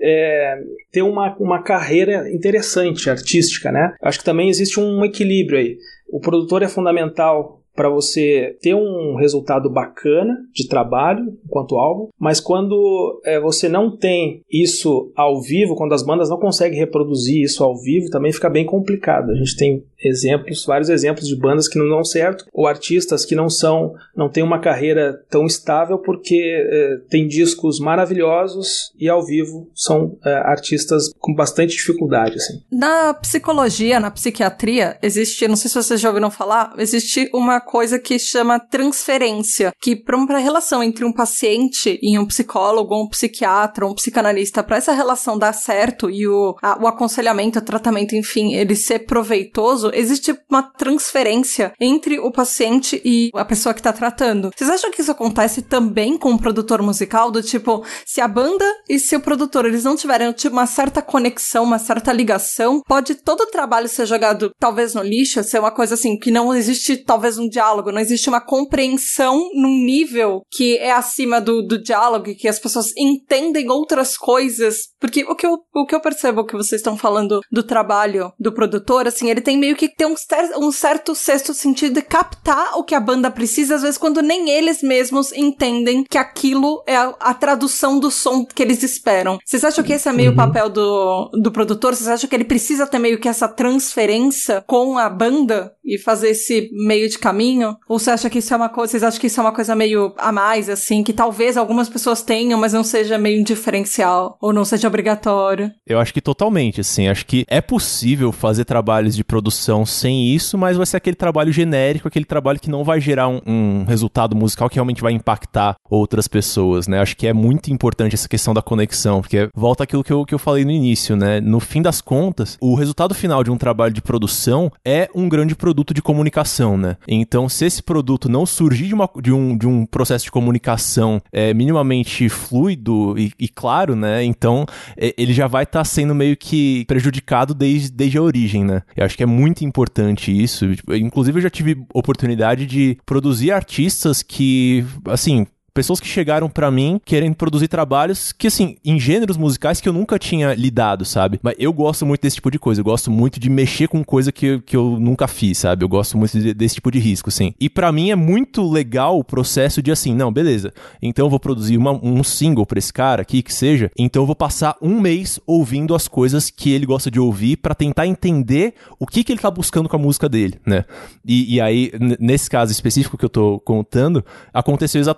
ter uma carreira interessante, artística, né? Acho que também existe um equilíbrio aí. O produtor é fundamental para você ter um resultado bacana de trabalho enquanto álbum, mas quando você não tem isso ao vivo, quando as bandas não conseguem reproduzir isso ao vivo, também fica bem complicado. A gente tem vários exemplos de bandas que não dão certo, ou artistas que não têm uma carreira tão estável porque tem discos maravilhosos e ao vivo são artistas com bastante dificuldade, assim. Na psicologia, na psiquiatria, existe, não sei se vocês já ouviram falar, existe uma coisa que chama transferência, que para a relação entre um paciente e um psicólogo, um psiquiatra, um psicanalista, para essa relação dar certo e o aconselhamento, o tratamento, enfim, ele ser proveitoso, existe uma transferência entre o paciente e a pessoa que está tratando. Vocês acham que isso acontece também com o produtor musical? Do tipo, se a banda e se o produtor, eles não tiverem uma certa conexão, uma certa ligação, pode todo o trabalho ser jogado talvez no lixo, ser uma coisa assim, que não existe talvez um diálogo, não existe uma compreensão num nível que é acima do diálogo e que as pessoas entendem outras coisas. Porque o que eu percebo que vocês estão falando do trabalho do produtor, assim, ele tem meio que ter um certo sexto sentido de captar o que a banda precisa, às vezes quando nem eles mesmos entendem que aquilo é a tradução do som que eles esperam. Vocês acham que esse é meio o papel do produtor? Vocês acham que ele precisa ter meio que essa transferência com a banda e fazer esse meio de caminho? Ou você acha que isso é uma coisa, vocês acham que isso é uma coisa meio a mais, assim, que talvez algumas pessoas tenham, mas não seja meio um diferencial, ou não seja obrigatório? Eu acho que totalmente, assim, acho que é possível fazer trabalhos de produção sem isso, mas vai ser aquele trabalho genérico, aquele trabalho que não vai gerar um resultado musical que realmente vai impactar outras pessoas, né? Acho que é muito importante essa questão da conexão, porque volta àquilo que eu falei no início, né? No fim das contas, o resultado final de um trabalho de produção é um grande produto de comunicação, né? Então, se esse produto não surgir de um processo de comunicação minimamente fluido e claro, né? Então, ele já vai estar sendo meio que prejudicado desde a origem, né? Eu acho que é muito importante isso. Inclusive, eu já tive oportunidade de produzir artistas que, assim, pessoas que chegaram pra mim querendo produzir trabalhos que, assim, em gêneros musicais que eu nunca tinha lidado, sabe? Mas eu gosto muito desse tipo de coisa. Eu gosto muito de mexer com coisa que eu nunca fiz, sabe? Eu gosto muito desse tipo de risco, assim. E pra mim é muito legal o processo de, assim, não, beleza. Então eu vou produzir um single pra esse cara aqui, que seja. Então eu vou passar um mês ouvindo as coisas que ele gosta de ouvir pra tentar entender o que ele tá buscando com a música dele, né? E aí, nesse caso específico que eu tô contando, aconteceu exatamente isso.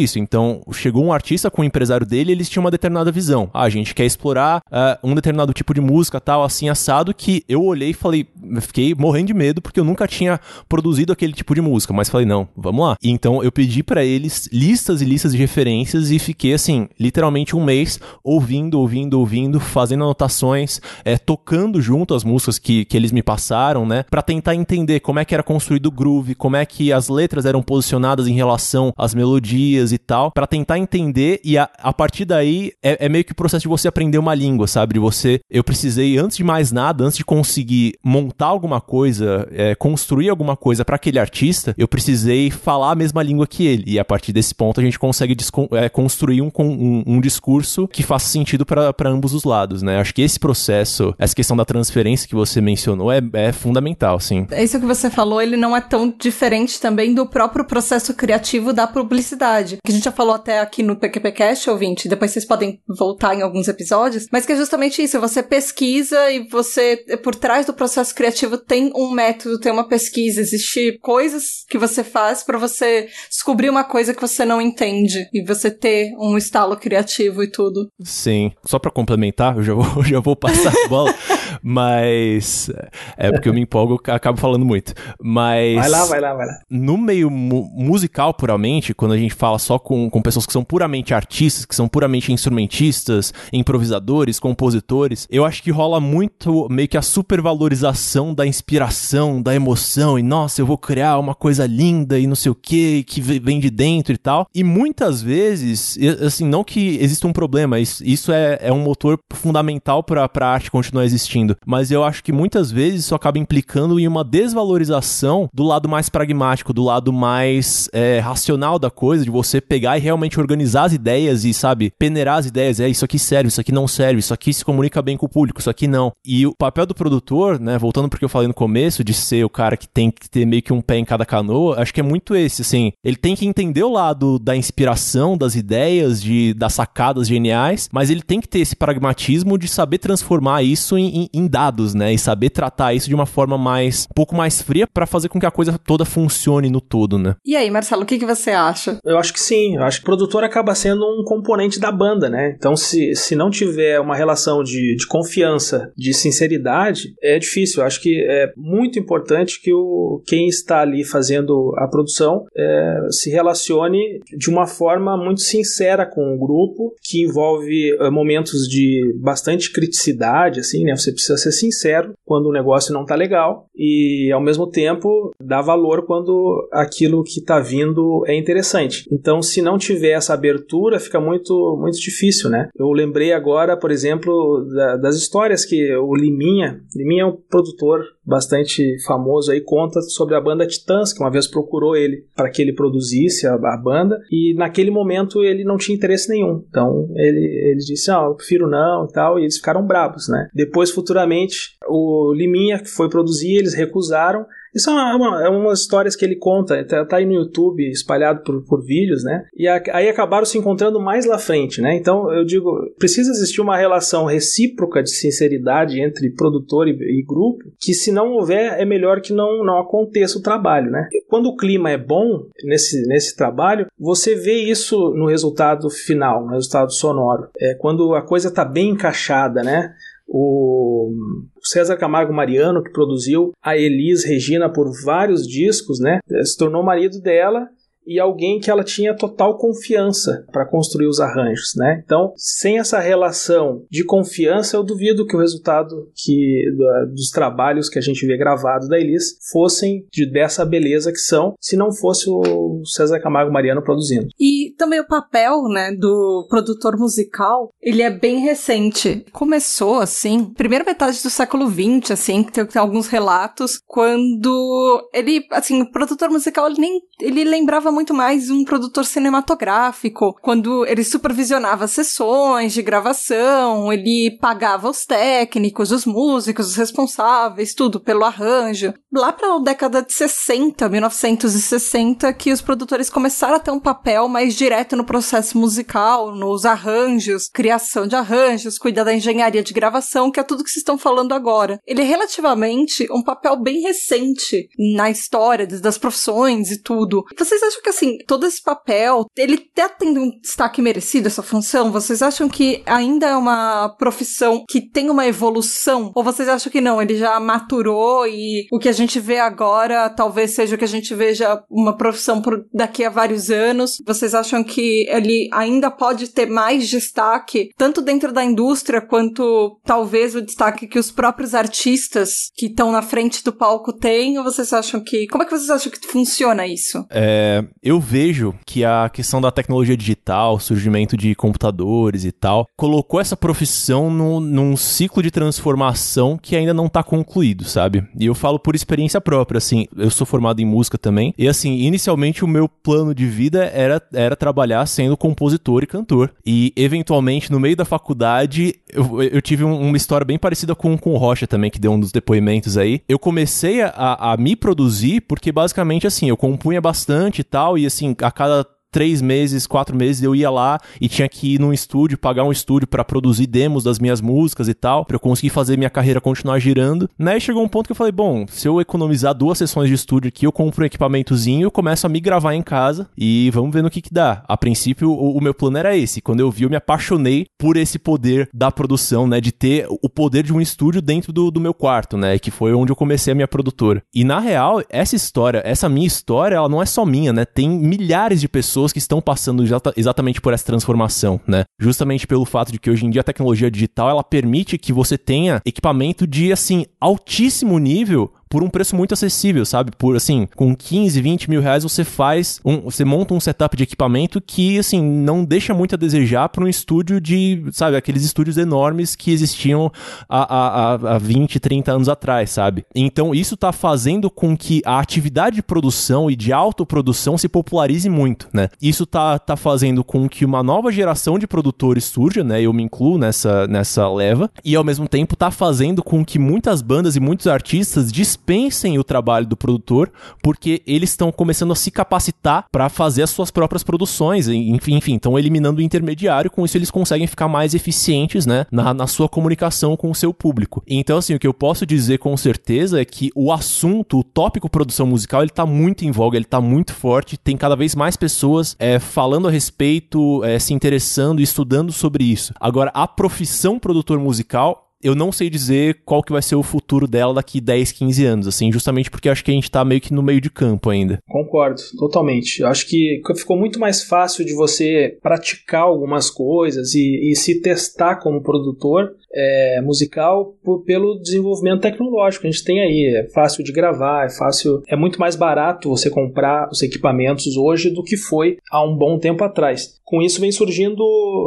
isso. Então, chegou um artista com o empresário dele, eles tinham uma determinada visão. A gente quer explorar um determinado tipo de música, tal, assim, assado, que eu olhei e falei, fiquei morrendo de medo, porque eu nunca tinha produzido aquele tipo de música, mas falei, não, vamos lá. E então, eu pedi pra eles listas e listas de referências e fiquei, assim, literalmente um mês ouvindo, fazendo anotações, tocando junto as músicas que eles me passaram, né, pra tentar entender como é que era construído o groove, como é que as letras eram posicionadas em relação às melodias e tal, pra tentar entender, e a partir daí é meio que o processo de você aprender uma língua, sabe? Eu precisei, antes de mais nada, antes de conseguir montar alguma coisa, construir alguma coisa pra aquele artista, eu precisei falar a mesma língua que ele, e a partir desse ponto a gente consegue construir um discurso que faça sentido pra ambos os lados, né? Acho que esse processo, essa questão da transferência que você mencionou é fundamental, sim. Isso que você falou, ele não é tão diferente também do próprio processo criativo da publicidade, que a gente já falou até aqui no PQPcast, ouvinte, depois vocês podem voltar em alguns episódios, mas que é justamente isso, você pesquisa e você, por trás do processo criativo, tem um método, tem uma pesquisa, existe coisas que você faz pra você descobrir uma coisa que você não entende e você ter um estalo criativo e tudo. Sim, só pra complementar, eu já vou passar a bola, mas porque eu me empolgo, eu acabo falando muito, mas... Vai lá. No meio musical, puramente, quando a gente fala só com pessoas que são puramente artistas, que são puramente instrumentistas, improvisadores, compositores, eu acho que rola muito meio que a supervalorização da inspiração, da emoção, e nossa, eu vou criar uma coisa linda e não sei o que vem de dentro e tal, e muitas vezes, assim, não que exista um problema, isso é um motor fundamental pra arte continuar existindo, mas eu acho que muitas vezes isso acaba implicando em uma desvalorização do lado mais pragmático, do lado mais racional da coisa, de você pegar e realmente organizar as ideias e, sabe, peneirar as ideias, isso aqui serve, isso aqui não serve, isso aqui se comunica bem com o público, isso aqui não. E o papel do produtor, né, voltando pro que eu falei no começo, de ser o cara que tem que ter meio que um pé em cada canoa, acho que é muito esse, assim, ele tem que entender o lado da inspiração, das ideias, das sacadas geniais, mas ele tem que ter esse pragmatismo de saber transformar isso em dados, né, e saber tratar isso de uma forma um pouco mais fria pra fazer com que a coisa toda funcione no todo, né. E aí, Marcelo, o que você acha? Eu acho que sim, eu acho que o produtor acaba sendo um componente da banda, né? Então, se não tiver uma relação de confiança, de sinceridade, é difícil. Eu acho que é muito importante que quem está ali fazendo a produção se relacione de uma forma muito sincera com o grupo, que envolve momentos de bastante criticidade, assim, né? Você precisa ser sincero quando o negócio não tá legal e, ao mesmo tempo, dar valor quando aquilo que tá vindo é interessante. Então, se não tiver essa abertura, fica muito, muito difícil, né? Eu lembrei agora, por exemplo, das histórias que o Liminha é um produtor bastante famoso aí, conta sobre a banda Titãs, que uma vez procurou ele para que ele produzisse a banda, e naquele momento ele não tinha interesse nenhum. Então, ele disse, eu prefiro não e tal, e eles ficaram bravos, né? Depois, futuramente, o Liminha, que foi produzir, eles recusaram. Isso é umas histórias que ele conta, tá aí no YouTube, espalhado por vídeos, né? E aí acabaram se encontrando mais lá frente, né? Então, eu digo, precisa existir uma relação recíproca de sinceridade entre produtor e grupo, que se não houver, é melhor que não aconteça o trabalho, né? Quando o clima é bom nesse trabalho, você vê isso no resultado final, no resultado sonoro. Quando a coisa tá bem encaixada, né? O César Camargo Mariano, que produziu a Elis Regina por vários discos, né, se tornou marido dela e alguém que ela tinha total confiança para construir os arranjos, né? Então, sem essa relação de confiança, eu duvido que o resultado dos trabalhos que a gente vê gravados da Elis fossem dessa beleza que são, se não fosse o César Camargo Mariano produzindo. E também o papel, né, do produtor musical, ele é bem recente. Começou, assim, primeira metade do século XX, assim, que tem alguns relatos, quando ele, assim, o produtor musical, ele lembrava muito mais um produtor cinematográfico, quando ele supervisionava sessões de gravação, ele pagava os técnicos, os músicos, os responsáveis, tudo pelo arranjo. Lá para a década de 60, 1960, que os produtores começaram a ter um papel mais direto no processo musical, nos arranjos, criação de arranjos, cuidar da engenharia de gravação, que é tudo que vocês estão falando agora. Ele é relativamente um papel bem recente na história das profissões e tudo. Vocês acham que, assim, todo esse papel, ele tá tendo um destaque merecido, essa função? Vocês acham que ainda é uma profissão que tem uma evolução? Ou vocês acham que não, ele já maturou e o que a gente vê agora talvez seja o que a gente veja uma profissão por daqui a vários anos? Vocês acham que ele ainda pode ter mais destaque, tanto dentro da indústria, quanto talvez o destaque que os próprios artistas que estão na frente do palco têm? Ou vocês acham que... Como é que vocês acham que funciona isso? Eu vejo que a questão da tecnologia digital, surgimento de computadores e tal, colocou essa profissão num ciclo de transformação que ainda não tá concluído, sabe? E eu falo por experiência própria, assim, eu sou formado em música também, e assim, inicialmente o meu plano de vida era trabalhar sendo compositor e cantor. E, eventualmente, no meio da faculdade, eu tive uma história bem parecida com o Rocha também, que deu um dos depoimentos aí. Eu comecei a me produzir porque, basicamente, assim, eu compunha bastante e tal, e assim, a cada 3 meses, 4 meses, eu ia lá e tinha que ir num estúdio, pagar um estúdio pra produzir demos das minhas músicas e tal, pra eu conseguir fazer minha carreira continuar girando, né? E chegou um ponto que eu falei, bom, se eu economizar 2 sessões de estúdio aqui, eu compro um equipamentozinho, eu começo a me gravar em casa e vamos ver no que dá. A princípio, o meu plano era esse. Quando eu vi, eu me apaixonei por esse poder da produção, né? De ter o poder de um estúdio dentro do meu quarto, né? Que foi onde eu comecei a minha produtora. E, na real, essa minha história, ela não é só minha, né? Tem milhares de pessoas que estão passando exatamente por essa transformação, né? Justamente pelo fato de que hoje em dia a tecnologia digital, ela permite que você tenha equipamento de, assim, altíssimo nível por um preço muito acessível, sabe? Por, assim, com 15, 20 mil reais você monta um setup de equipamento que, assim, não deixa muito a desejar para um estúdio de, sabe, aqueles estúdios enormes que existiam há 20, 30 anos atrás, sabe? Então, isso tá fazendo com que a atividade de produção e de autoprodução se popularize muito, né? Isso tá fazendo com que uma nova geração de produtores surja, né? Eu me incluo nessa leva, e ao mesmo tempo tá fazendo com que muitas bandas e muitos artistas dispensem o trabalho do produtor, porque eles estão começando a se capacitar para fazer as suas próprias produções, enfim, estão eliminando o intermediário. Com isso eles conseguem ficar mais eficientes, né, na sua comunicação com o seu público. Então, assim, o que eu posso dizer com certeza é que o assunto, o tópico produção musical, ele tá muito em voga, ele tá muito forte, tem cada vez mais pessoas falando a respeito, se interessando e estudando sobre isso. Agora, a profissão produtor musical, eu não sei dizer qual que vai ser o futuro dela daqui 10, 15 anos, assim, justamente porque eu acho que a gente tá meio que no meio de campo ainda. Concordo, totalmente. Eu acho que ficou muito mais fácil de você praticar algumas coisas e se testar como produtor musical pelo desenvolvimento tecnológico que a gente tem aí. É fácil de gravar, é muito mais barato você comprar os equipamentos hoje do que foi há um bom tempo atrás. Com isso vem surgindo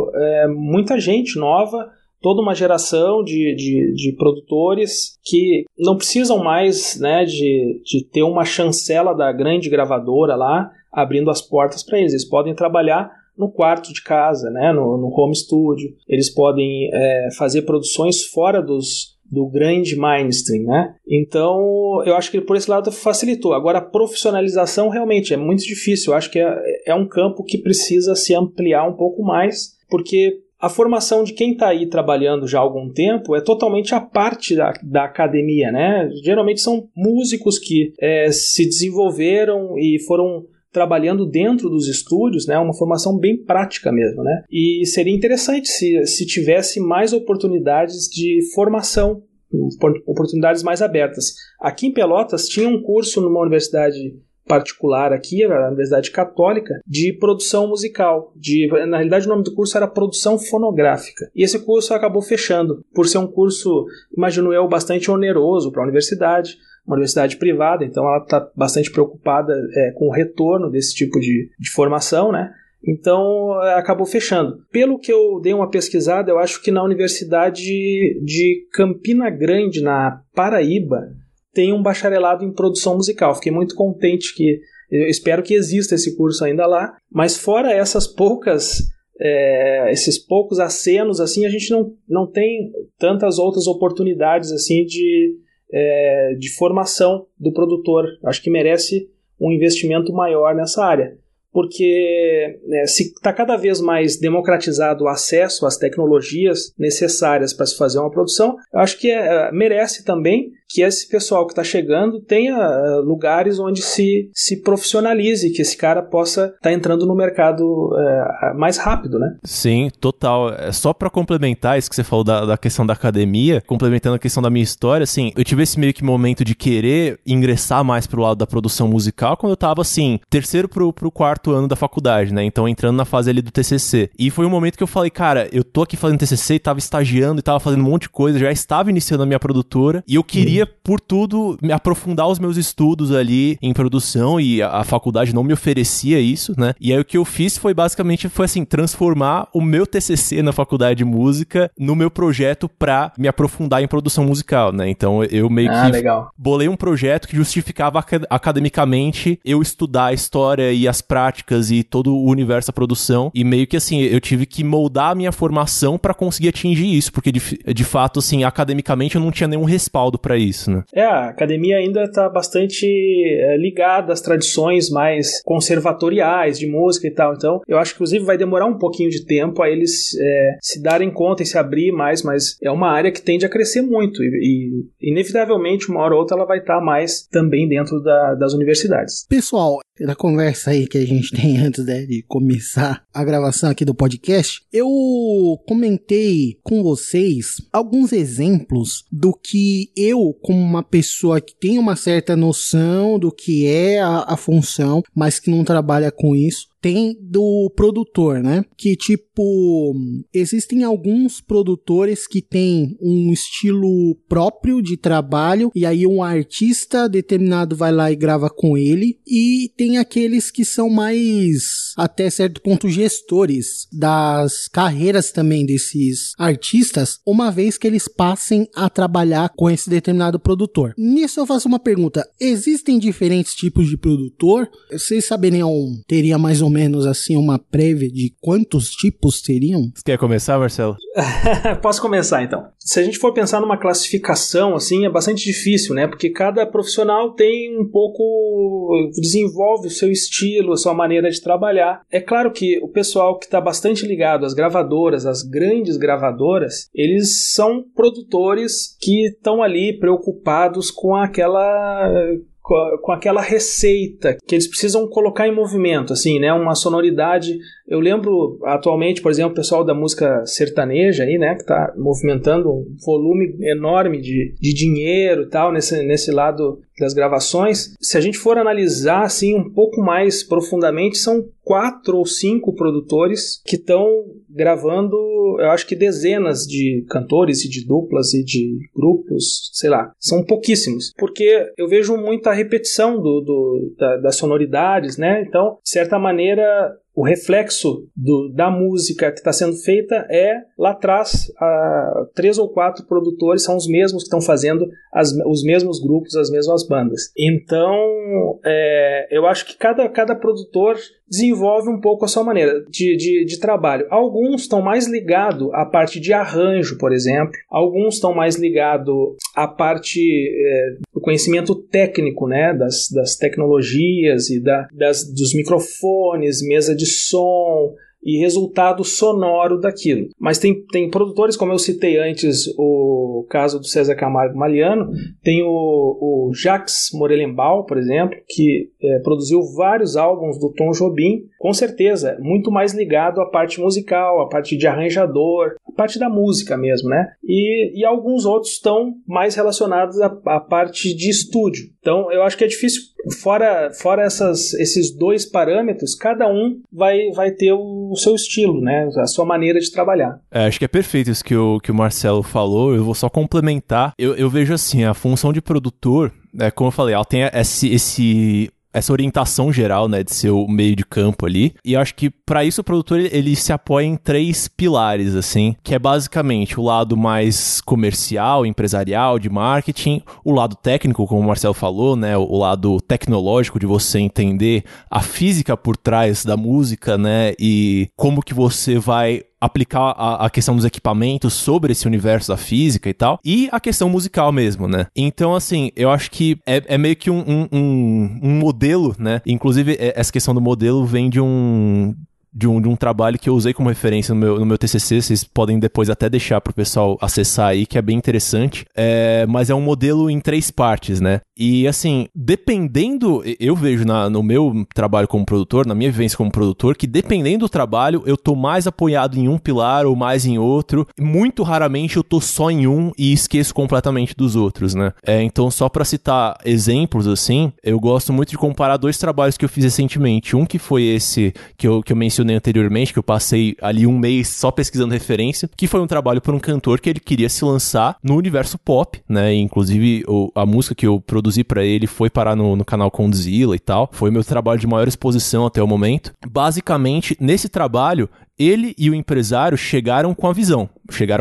muita gente nova, toda uma geração de produtores que não precisam mais, né, de ter uma chancela da grande gravadora lá abrindo as portas para eles. Eles podem trabalhar no quarto de casa, né, no home studio. Eles podem fazer produções fora do grande mainstream, né? Então, eu acho que por esse lado facilitou. Agora, a profissionalização realmente é muito difícil. Eu acho que é um campo que precisa se ampliar um pouco mais, porque a formação de quem está aí trabalhando já há algum tempo é totalmente a parte da academia, né? Geralmente são músicos que se desenvolveram e foram trabalhando dentro dos estúdios, né? Uma formação bem prática mesmo, né? E seria interessante se tivesse mais oportunidades de formação, oportunidades mais abertas. Aqui em Pelotas tinha um curso numa universidade particular aqui, a Universidade Católica, de produção musical. Na realidade, o nome do curso era Produção Fonográfica. E esse curso acabou fechando, por ser um curso, imagino eu, bastante oneroso para a universidade, uma universidade privada, então ela está bastante preocupada com o retorno desse tipo de formação, né? Então, acabou fechando. Pelo que eu dei uma pesquisada, eu acho que na Universidade de Campina Grande, na Paraíba, tem um bacharelado em produção musical. Fiquei muito contente eu espero que exista esse curso ainda lá, mas fora esses poucos acenos, assim, a gente não tem tantas outras oportunidades assim de formação do produtor. Acho que merece um investimento maior nessa área, porque se está cada vez mais democratizado o acesso às tecnologias necessárias para se fazer uma produção, eu acho que merece também que esse pessoal que está chegando tenha lugares onde se profissionalize, que esse cara possa estar entrando no mercado mais rápido, né? Sim, total. Só pra complementar isso que você falou da questão da academia, complementando a questão da minha história, assim, eu tive esse meio que momento de querer ingressar mais pro lado da produção musical quando eu tava, assim, terceiro pro quarto ano da faculdade, né? Então, entrando na fase ali do TCC. E foi um momento que eu falei, cara, eu tô aqui fazendo TCC, tava estagiando e tava fazendo um monte de coisa, já estava iniciando a minha produtora e eu queria, por tudo, me aprofundar os meus estudos ali em produção e a faculdade não me oferecia isso, né? E aí o que eu fiz foi basicamente, assim, transformar o meu TCC na faculdade de música no meu projeto pra me aprofundar em produção musical, né? Então eu meio que legal. Bolei um projeto que justificava academicamente eu estudar a história e as práticas e todo o universo da produção e meio que assim, eu tive que moldar a minha formação pra conseguir atingir isso, porque de fato, assim, academicamente eu não tinha nenhum respaldo pra isso, né? A academia ainda tá bastante ligada às tradições mais conservatoriais de música e tal, então eu acho que inclusive vai demorar um pouquinho de tempo a eles se darem conta e se abrir mais, mas é uma área que tende a crescer muito e inevitavelmente uma hora ou outra ela vai estar mais também dentro das universidades. Pessoal, na conversa aí que a gente tem antes, né, de começar a gravação aqui do podcast, eu comentei com vocês alguns exemplos do que eu, como uma pessoa que tem uma certa noção do que é a função, mas que não trabalha com isso, tem do produtor, né? Que tipo, existem alguns produtores que têm um estilo próprio de trabalho e aí um artista determinado vai lá e grava com ele, e tem aqueles que são mais, até certo ponto, gestores das carreiras também desses artistas, uma vez que eles passem a trabalhar com esse determinado produtor. Nisso eu faço uma pergunta: existem diferentes tipos de produtor? Vocês saberiam, teria mais ou menos assim uma prévia de quantos tipos teriam? Você quer começar, Marcelo? Posso começar então. Se a gente for pensar numa classificação assim, é bastante difícil, né? Porque cada profissional tem um pouco, desenvolve o seu estilo, a sua maneira de trabalhar. É claro que o pessoal que está bastante ligado às gravadoras, às grandes gravadoras, eles são produtores que estão ali preocupados com aquela receita que eles precisam colocar em movimento, assim, né? Uma sonoridade. Eu lembro atualmente, por exemplo, o pessoal da música sertaneja aí, né? Que está movimentando um volume enorme de dinheiro e tal nesse lado das gravações. Se a gente for analisar assim um pouco mais profundamente, são 4 ou 5 produtores que estão gravando, eu acho que dezenas de cantores e de duplas e de grupos, sei lá, são pouquíssimos, porque eu vejo muita repetição das sonoridades, né? Então, de certa maneira, o reflexo da música que está sendo feita lá atrás, 3 ou 4 produtores são os mesmos que estão fazendo os mesmos grupos, as mesmas bandas. Então, eu acho que cada produtor desenvolve um pouco a sua maneira de trabalho. Alguns estão mais ligados à parte de arranjo, por exemplo. Alguns estão mais ligados à parte do conhecimento técnico, né? Das tecnologias e dos microfones, mesa de som e resultado sonoro daquilo. Mas tem produtores, como eu citei antes, o caso do César Camargo Mariano, tem o Jacques Morelenbaum, por exemplo, que produziu vários álbuns do Tom Jobim, com certeza, muito mais ligado à parte musical, à parte de arranjador, à parte da música mesmo, né? E alguns outros estão mais relacionados à parte de estúdio. Então, eu acho que é difícil, fora esses 2 parâmetros, cada um vai ter o seu estilo, né? A sua maneira de trabalhar. Acho que é perfeito isso que o Marcelo falou. Eu vou só complementar. Eu vejo assim, a função de produtor, como eu falei, ela tem essa orientação geral, né, de ser o meio de campo ali. E eu acho que para isso o produtor ele se apoia em 3 pilares, assim, que é basicamente o lado mais comercial, empresarial, de marketing, o lado técnico, como o Marcelo falou, né, o lado tecnológico de você entender a física por trás da música, né, e como que você vai aplicar a questão dos equipamentos sobre esse universo da física e tal, e a questão musical mesmo, né? Então, assim, eu acho que é meio que um modelo, né? Inclusive, essa questão do modelo vem de um de um trabalho que eu usei como referência no meu TCC, vocês podem depois até deixar pro pessoal acessar aí, que é bem interessante, mas é um modelo em 3 partes, né? E assim, dependendo, eu vejo no meu trabalho como produtor, na minha vivência como produtor, que dependendo do trabalho, eu tô mais apoiado em um pilar ou mais em outro. Muito raramente eu tô só em um e esqueço completamente dos outros, né? Então, só pra citar exemplos, assim, eu gosto muito de comparar 2 trabalhos que eu fiz recentemente. Um que foi esse que eu mencionei anteriormente, que eu passei ali um mês só pesquisando referência, que foi um trabalho por um cantor que ele queria se lançar no universo pop, né? E, inclusive, a música que eu produzi pra ele foi parar no canal Condzilla e tal. Foi meu trabalho de maior exposição até o momento. Basicamente, nesse trabalho, ele e o empresário chegaram com a visão,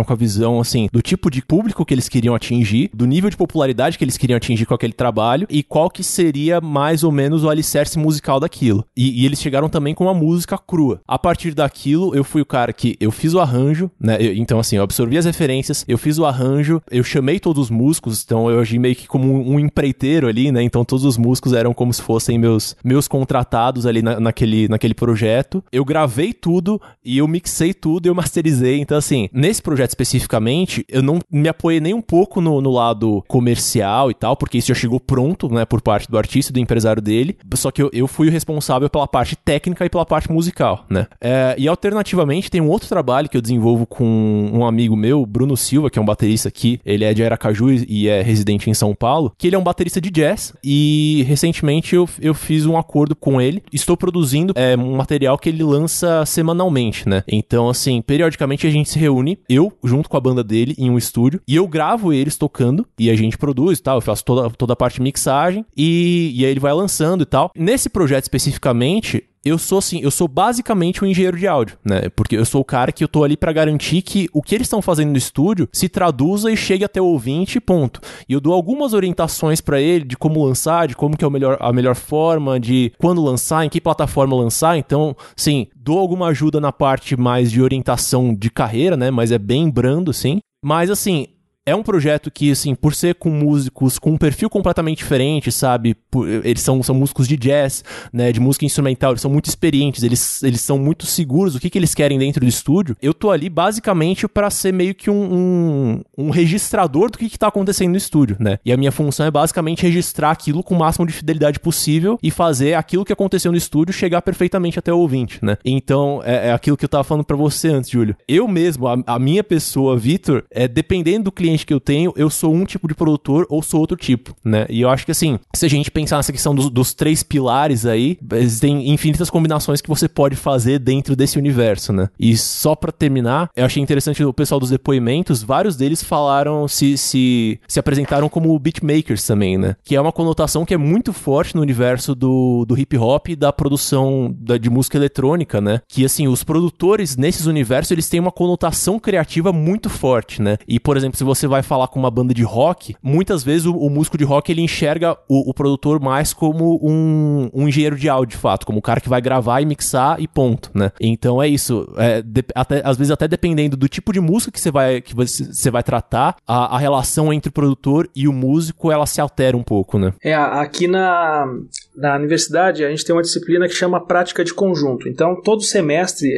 assim, do tipo de público que eles queriam atingir, do nível de popularidade que eles queriam atingir com aquele trabalho e qual que seria mais ou menos o alicerce musical daquilo. E eles chegaram também com uma música crua. A partir daquilo, eu fui o cara que eu fiz o arranjo, né? Então, assim, eu absorvi as referências, eu fiz o arranjo, eu chamei todos os músicos, então eu agi meio que como um empreiteiro ali, né? Então todos os músicos eram como se fossem meus contratados ali naquele projeto. Eu gravei tudo e eu mixei tudo e eu masterizei. Então, assim, nesse projeto especificamente, eu não me apoiei nem um pouco no lado comercial e tal, porque isso já chegou pronto, né, por parte do artista e do empresário dele. Só que eu fui o responsável pela parte técnica e pela parte musical, né? E alternativamente, tem um outro trabalho que eu desenvolvo com um amigo meu, Bruno Silva, que é um baterista aqui. Ele é de Aracaju e é residente em São Paulo, que ele é um baterista de jazz. E recentemente eu fiz um acordo com ele. Estou produzindo um material que ele lança semanalmente, né? Então, assim, periodicamente a gente se reúne, eu junto com a banda dele em um estúdio, e eu gravo eles tocando, e a gente produz e tal, eu faço toda a parte de mixagem, e aí ele vai lançando e tal. Nesse projeto especificamente, eu sou basicamente um engenheiro de áudio, né? Porque eu sou o cara que eu tô ali pra garantir que o que eles estão fazendo no estúdio se traduza e chegue até o ouvinte, ponto. E eu dou algumas orientações pra ele de como lançar, de como que é a melhor forma, de quando lançar, em que plataforma lançar. Então, sim, dou alguma ajuda na parte mais de orientação de carreira, né? Mas é bem brando, sim. Mas, assim, é um projeto que, assim, por ser com músicos com um perfil completamente diferente, sabe? Eles são músicos de jazz, né? De música instrumental, eles são muito experientes, eles são muito seguros do que eles querem dentro do estúdio. Eu tô ali basicamente pra ser meio que um registrador do que tá acontecendo no estúdio, né? E a minha função é basicamente registrar aquilo com o máximo de fidelidade possível e fazer aquilo que aconteceu no estúdio chegar perfeitamente até o ouvinte, né? Então, é aquilo que eu tava falando pra você antes, Júlio. Eu mesmo, a minha pessoa, Vitor, dependendo do cliente que eu tenho, eu sou um tipo de produtor ou sou outro tipo, né? E eu acho que, assim, se a gente pensar nessa questão dos 3 pilares aí, existem infinitas combinações que você pode fazer dentro desse universo, né? E só pra terminar, eu achei interessante o pessoal dos depoimentos, vários deles falaram, se apresentaram como beatmakers também, né? Que é uma conotação que é muito forte no universo do hip hop e da produção de música eletrônica, né? Que, assim, os produtores nesses universos, eles têm uma conotação criativa muito forte, né? E, por exemplo, se você vai falar com uma banda de rock, muitas vezes o músico de rock, ele enxerga o produtor mais como um engenheiro de áudio, de fato, como o cara que vai gravar e mixar e ponto, né? Então é isso, às vezes até dependendo do tipo de música que você vai tratar, a relação entre o produtor e o músico, ela se altera um pouco, né? Aqui na universidade a gente tem uma disciplina que chama prática de conjunto. Então todo semestre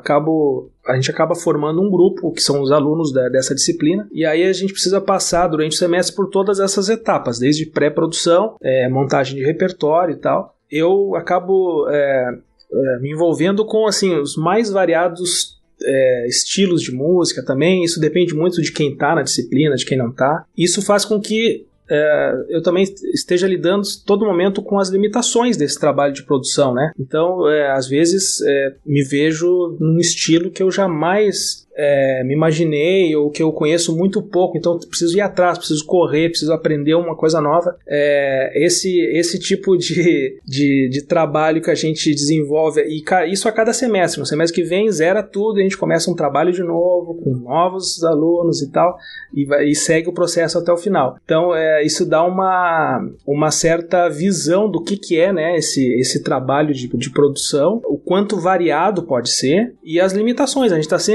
a gente acaba formando um grupo, que são os alunos dessa disciplina, e aí a gente precisa passar durante o semestre por todas essas etapas, desde pré-produção, montagem de repertório e tal. Eu acabo me envolvendo com, assim, os mais variados estilos de música também. Isso depende muito de quem está na disciplina, de quem não está. Isso faz com que eu também esteja lidando todo momento com as limitações desse trabalho de produção, né? Então, às vezes, me vejo num estilo que eu jamais me imaginei, ou que eu conheço muito pouco, então preciso ir atrás, preciso correr, preciso aprender uma coisa nova. Esse tipo de trabalho que a gente desenvolve, e isso a cada semestre. No semestre que vem zera tudo, a gente começa um trabalho de novo, com novos alunos e tal, e segue o processo até o final. Então isso dá uma certa visão do que é, né, esse trabalho de produção, o quanto variado pode ser, e as limitações. A gente está sempre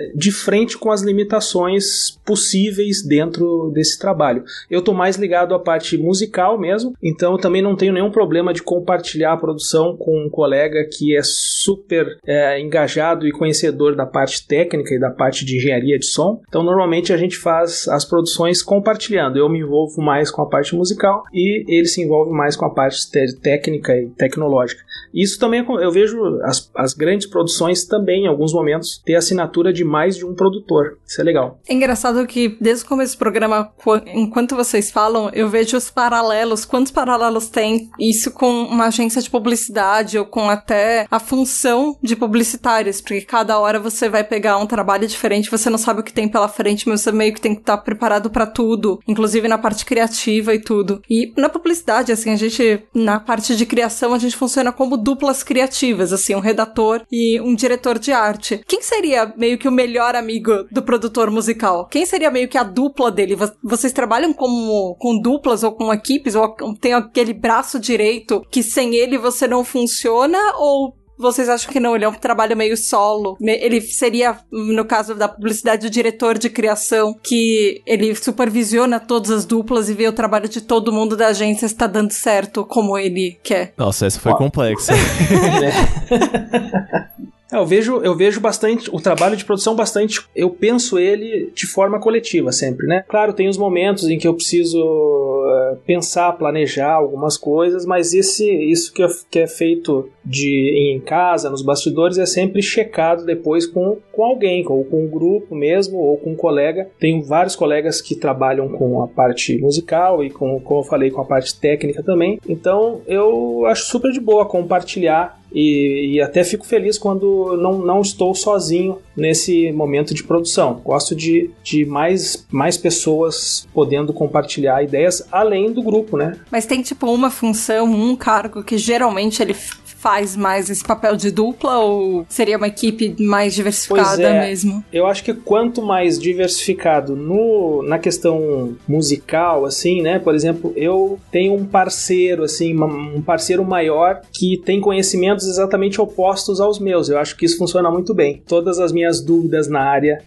de frente com as limitações possíveis dentro desse trabalho. Eu estou mais ligado à parte musical mesmo, então eu também não tenho nenhum problema de compartilhar a produção com um colega que é super engajado e conhecedor da parte técnica e da parte de engenharia de som. Então normalmente a gente faz as produções compartilhando. Eu me envolvo mais com a parte musical e ele se envolve mais com a parte técnica e tecnológica. Isso também eu vejo as grandes produções também em alguns momentos ter assinatura de mais de um produtor. Isso é legal. É engraçado que desde o começo do programa, enquanto vocês falam, eu vejo os paralelos, quantos paralelos tem isso com uma agência de publicidade ou com até a função de publicitários, porque cada hora você vai pegar um trabalho diferente, você não sabe o que tem pela frente, mas você meio que tem que estar preparado pra tudo, inclusive na parte criativa e tudo. E na publicidade, assim, a gente, na parte de criação, a gente funciona como duplas criativas, assim, um redator e um diretor de arte. Quem seria meio que o melhor amigo do produtor musical? Quem seria meio que a dupla dele? Vocês trabalham com duplas ou com equipes? Ou tem aquele braço direito que sem ele você não funciona? Ou vocês acham que não? Ele é um trabalho meio solo. Ele seria, no caso da publicidade, o diretor de criação, que ele supervisiona todas as duplas e vê o trabalho de todo mundo da agência se tá dando certo como ele quer. Nossa, essa foi complexa. Eu vejo bastante o trabalho de produção, eu penso ele de forma coletiva sempre, né? Claro, tem os momentos em que eu preciso pensar, planejar algumas coisas, mas isso que é feito em casa, nos bastidores, é sempre checado depois com alguém, ou com um grupo mesmo, ou com um colega. Tenho vários colegas que trabalham com a parte musical e como eu falei, com a parte técnica também. Então eu acho super de boa compartilhar e até fico feliz quando não estou sozinho nesse momento de produção. Gosto de mais pessoas podendo compartilhar ideias além do grupo, né? Mas tem tipo uma função, um cargo que geralmente ele faz mais esse papel de dupla ou seria uma equipe mais diversificada mesmo? Eu acho que quanto mais diversificado na questão musical, assim, né? Por exemplo, eu tenho um parceiro, assim, um parceiro maior que tem conhecimentos exatamente opostos aos meus. Eu acho que isso funciona muito bem. Todas as minhas dúvidas na área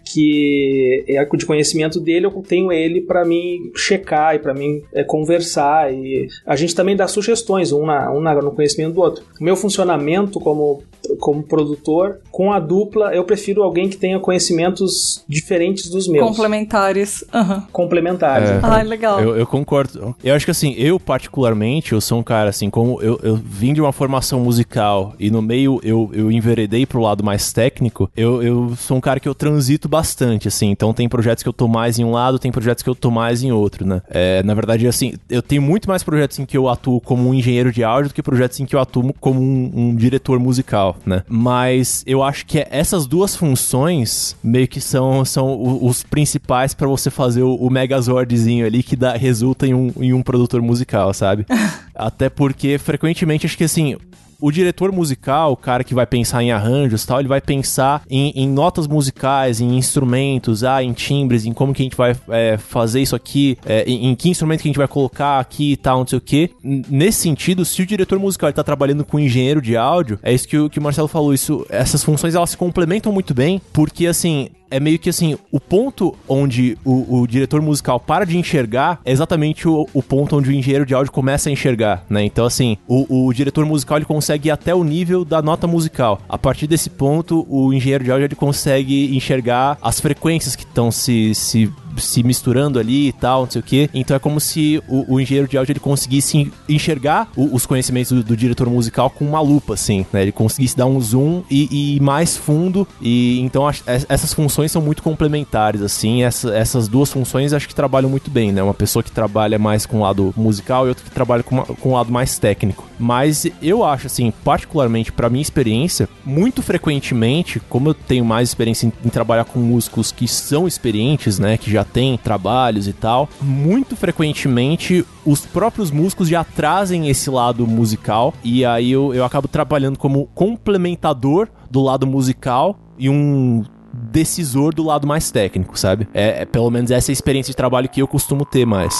que é de conhecimento dele, eu tenho ele para mim checar e para mim conversar, e a gente também dá sugestões, um no conhecimento do outro. O meu funcionamento como produtor, com a dupla, eu prefiro alguém que tenha conhecimentos diferentes dos meus. Complementares. Uhum. Complementares. Legal. Eu concordo. Eu acho que assim, eu particularmente, eu sou um cara assim, como eu vim de uma formação musical e no meio eu enveredei pro lado mais técnico, eu sou um cara que eu transito bastante, assim, então tem projetos que eu tô mais em um lado, tem projetos que eu tô mais em outro, né? Na verdade, assim, eu tenho muito mais projetos em que eu atuo como um engenheiro de áudio do que projetos em que eu atuo como um diretor musical, né? Mas eu acho que essas duas funções meio que são os principais pra você fazer o Megazordzinho ali que resulta em um produtor musical, sabe? Até porque, frequentemente, acho que assim, o diretor musical, o cara que vai pensar em arranjos e tal, ele vai pensar em notas musicais, em instrumentos, em timbres, em como que a gente vai fazer isso aqui, em que instrumento que a gente vai colocar aqui e tal, não sei o quê. Nesse sentido, se o diretor musical está trabalhando com engenheiro de áudio, é isso que o Marcelo falou, essas funções elas se complementam muito bem, porque assim, é meio que assim, o ponto onde o diretor musical para de enxergar é exatamente o ponto onde o engenheiro de áudio começa a enxergar, né? Então assim, o diretor musical ele consegue ir até o nível da nota musical. A partir desse ponto, o engenheiro de áudio ele consegue enxergar as frequências que estão se misturando ali e tal, não sei o que. Então é como se o engenheiro de áudio ele conseguisse enxergar os conhecimentos do diretor musical com uma lupa, assim, né? Ele conseguisse dar um zoom e ir mais fundo. E então essas funções são muito complementares, assim. Essas duas funções acho que trabalham muito bem, né? Uma pessoa que trabalha mais com o lado musical e outra que trabalha com o lado mais técnico. Mas eu acho, assim, particularmente pra minha experiência, muito frequentemente, como eu tenho mais experiência em trabalhar com músicos que são experientes, né? Que já tem trabalhos e tal, muito frequentemente os próprios músicos já trazem esse lado musical e aí eu acabo trabalhando como complementador do lado musical e um decisor do lado mais técnico, sabe? Pelo menos essa é a experiência de trabalho que eu costumo ter mais.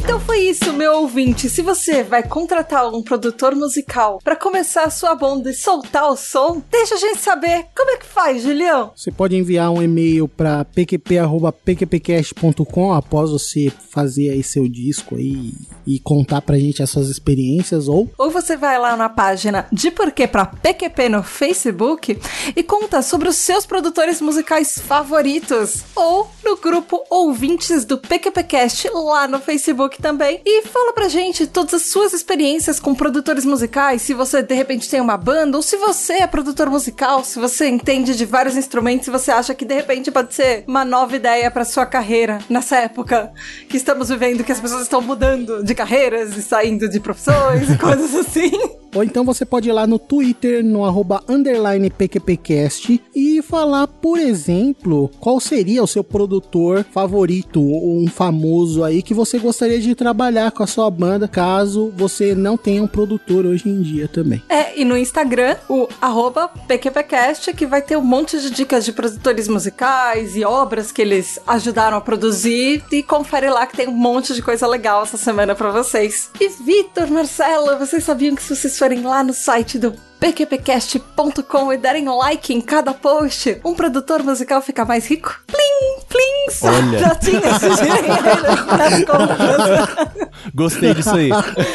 Então foi isso, meu ouvinte. Se você vai contratar um produtor musical pra começar a sua banda e soltar o som, deixa a gente saber. Como é que faz, Julião? Você pode enviar um e-mail para pqp@pqpcast.com após você fazer aí seu disco aí e contar pra gente as suas experiências, ou você vai lá na página de Porquê pra PQP no Facebook e conta sobre os seus produtores musicais favoritos, ou no grupo Ouvintes do PQPcast lá no Facebook também, e fala pra gente todas as suas experiências com produtores musicais, se você de repente tem uma banda, ou se você é produtor musical, se você entende de vários instrumentos, se você acha que de repente pode ser uma nova ideia pra sua carreira nessa época que estamos vivendo, que as pessoas estão mudando de carreiras e saindo de profissões e coisas assim. Ou então você pode ir lá no Twitter, no @PQPcast e falar, por exemplo, qual seria o seu produtor favorito, ou um famoso aí que você gostaria de trabalhar com a sua banda, caso você não tenha um produtor hoje em dia também. E no Instagram, o @PQPcast, que vai ter um monte de dicas de produtores musicais e obras que eles ajudaram a produzir, e confere lá que tem um monte de coisa legal essa semana pra vocês. E Vitor, Marcelo, vocês sabiam que se vocês forem lá no site do pqpcast.com e derem like em cada post, um produtor musical fica mais rico? Plim, plim, só já tinha esse dinheiro nas contas. Gostei disso aí.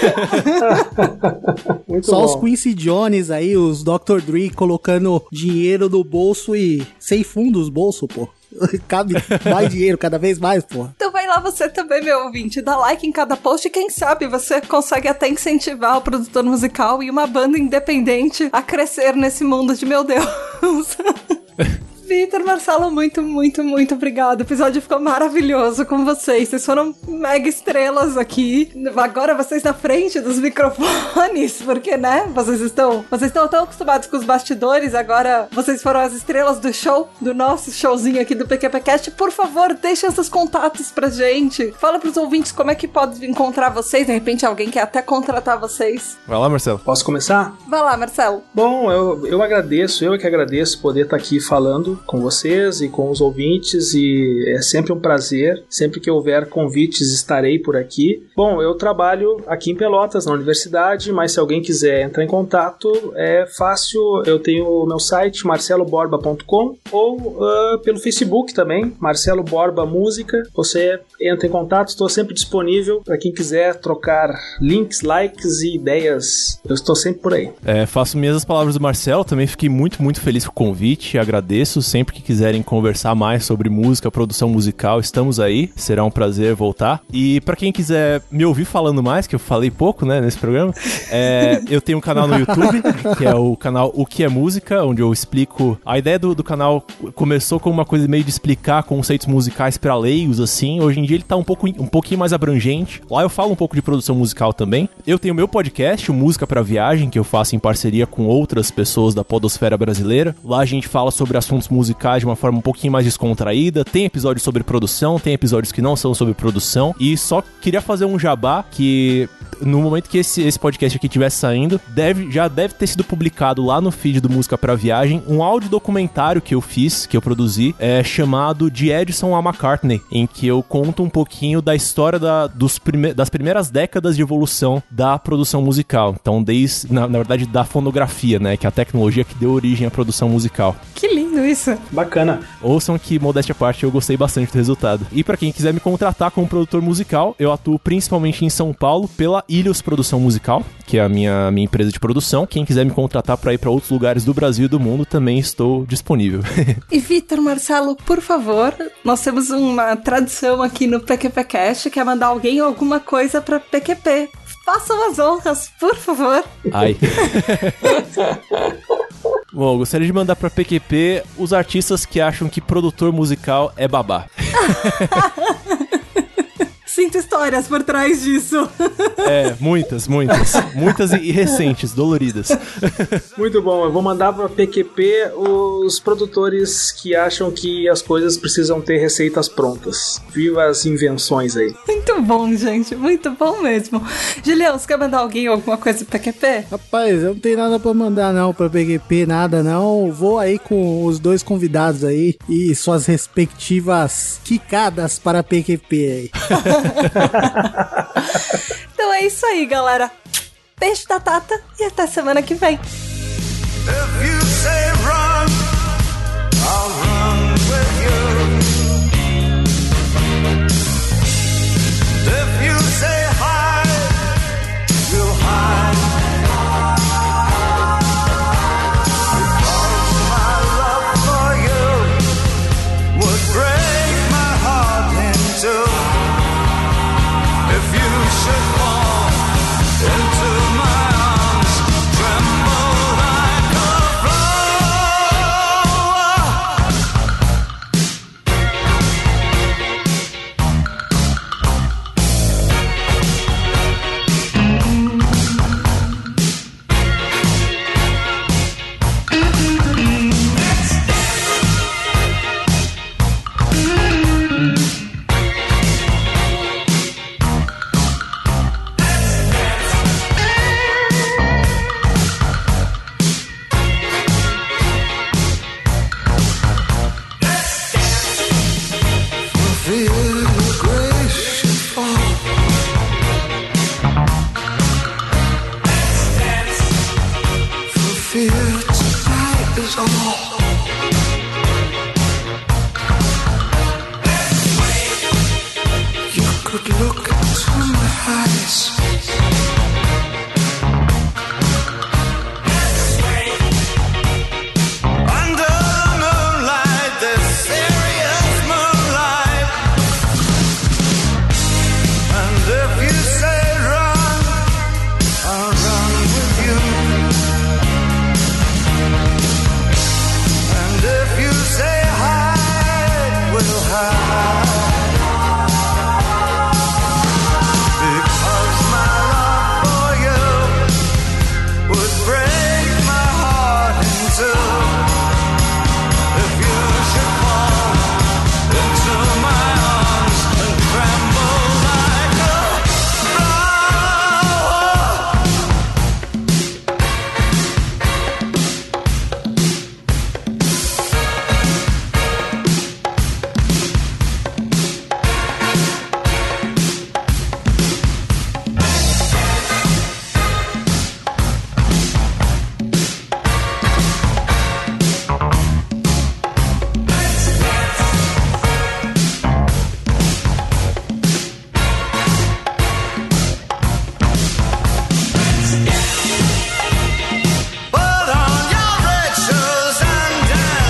Muito Só bom. os Quincy Jones aí, os Dr. Dre colocando dinheiro no bolso e sem fundo os bolsos, pô. Cabe mais dinheiro cada vez mais, pô. Então vai lá você também, meu ouvinte, dá like em cada post e quem sabe você consegue até incentivar o produtor musical e uma banda independente a crescer nesse mundo de meu Deus. Vitor, Marcelo, muito, muito, muito obrigado. O episódio ficou maravilhoso com vocês. Vocês foram mega estrelas aqui. Agora vocês na frente dos microfones, porque, né? Vocês estão tão acostumados com os bastidores, agora vocês foram as estrelas do show, do nosso showzinho aqui do PQPcast. Por favor, deixem seus contatos pra gente. Fala pros ouvintes como é que pode encontrar vocês. De repente alguém quer até contratar vocês. Vai lá, Marcelo. Posso começar? Vai lá, Marcelo. Bom, eu é que agradeço poder estar aqui falando com vocês e com os ouvintes, e é sempre um prazer. Sempre que houver convites estarei por aqui. Bom, eu trabalho aqui em Pelotas, na universidade, mas se alguém quiser entrar em contato, é fácil. Eu tenho o meu site, marceloborba.com, ou pelo Facebook também, Marcelo Borba Música. Você entra em contato, estou sempre disponível para quem quiser trocar links, likes e ideias. Eu estou sempre por aí. Faço minhas as palavras do Marcelo, também fiquei muito, muito feliz com o convite, agradeço. Sempre que quiserem conversar mais sobre música, produção musical, estamos aí, será um prazer voltar. E pra quem quiser me ouvir falando mais, que eu falei pouco, né, nesse programa, eu tenho um canal no YouTube, que é o canal O Que É Música, onde eu explico... A ideia do canal começou com uma coisa meio de explicar conceitos musicais pra leigos, assim. Hoje em dia ele tá um pouquinho mais abrangente. Lá eu falo um pouco de produção musical também. Eu tenho meu podcast, o Música Pra Viagem, que eu faço em parceria com outras pessoas da podosfera brasileira. Lá a gente fala sobre assuntos musicais de uma forma um pouquinho mais descontraída. Tem episódios sobre produção, tem episódios que não são sobre produção. E só queria fazer um jabá que... No momento que esse podcast aqui estiver saindo, já deve ter sido publicado lá no feed do Música Pra Viagem um áudio documentário que eu fiz, que eu produzi, chamado De Edison a McCartney, em que eu conto um pouquinho da história das primeiras décadas de evolução da produção musical. Então, na verdade, da fonografia, né? Que é a tecnologia que deu origem à produção musical. Que lindo isso! Bacana. Ouçam que, modéstia à parte, eu gostei bastante do resultado. E pra quem quiser me contratar como produtor musical, eu atuo principalmente em São Paulo pela Ilhos Produção Musical, que é a minha empresa de produção. Quem quiser me contratar pra ir pra outros lugares do Brasil e do mundo, também estou disponível. E Vitor, Marcelo, por favor, nós temos uma tradição aqui no PQPcast, que é mandar alguém ou alguma coisa pra PQP. Façam as honras, por favor. Ai. Bom, eu gostaria de mandar pra PQP os artistas que acham que produtor musical é babá. Sinto histórias por trás disso. Muitas e recentes, doloridas. Muito bom, eu vou mandar pra PQP os produtores que acham que as coisas precisam ter receitas prontas. Viva as invenções aí. Muito bom, gente. Muito bom mesmo. Julião, você quer mandar alguém alguma coisa pro PQP? Rapaz, eu não tenho nada pra mandar não, pra PQP, nada não. Vou aí com os dois convidados aí e suas respectivas quicadas para PQP aí. Então é isso aí, galera. Beijo da Tata e até semana que vem. If you say run, I'll run with you. If you say hide, you'll hide. Because my love for you would break my heart in two. If you should fall into my arms, tremble like a look into my eyes. Under the moonlight, this serious moonlight. And if you say run, I'll run with you. And if you say hide, we'll hide.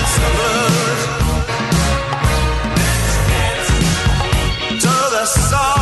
Song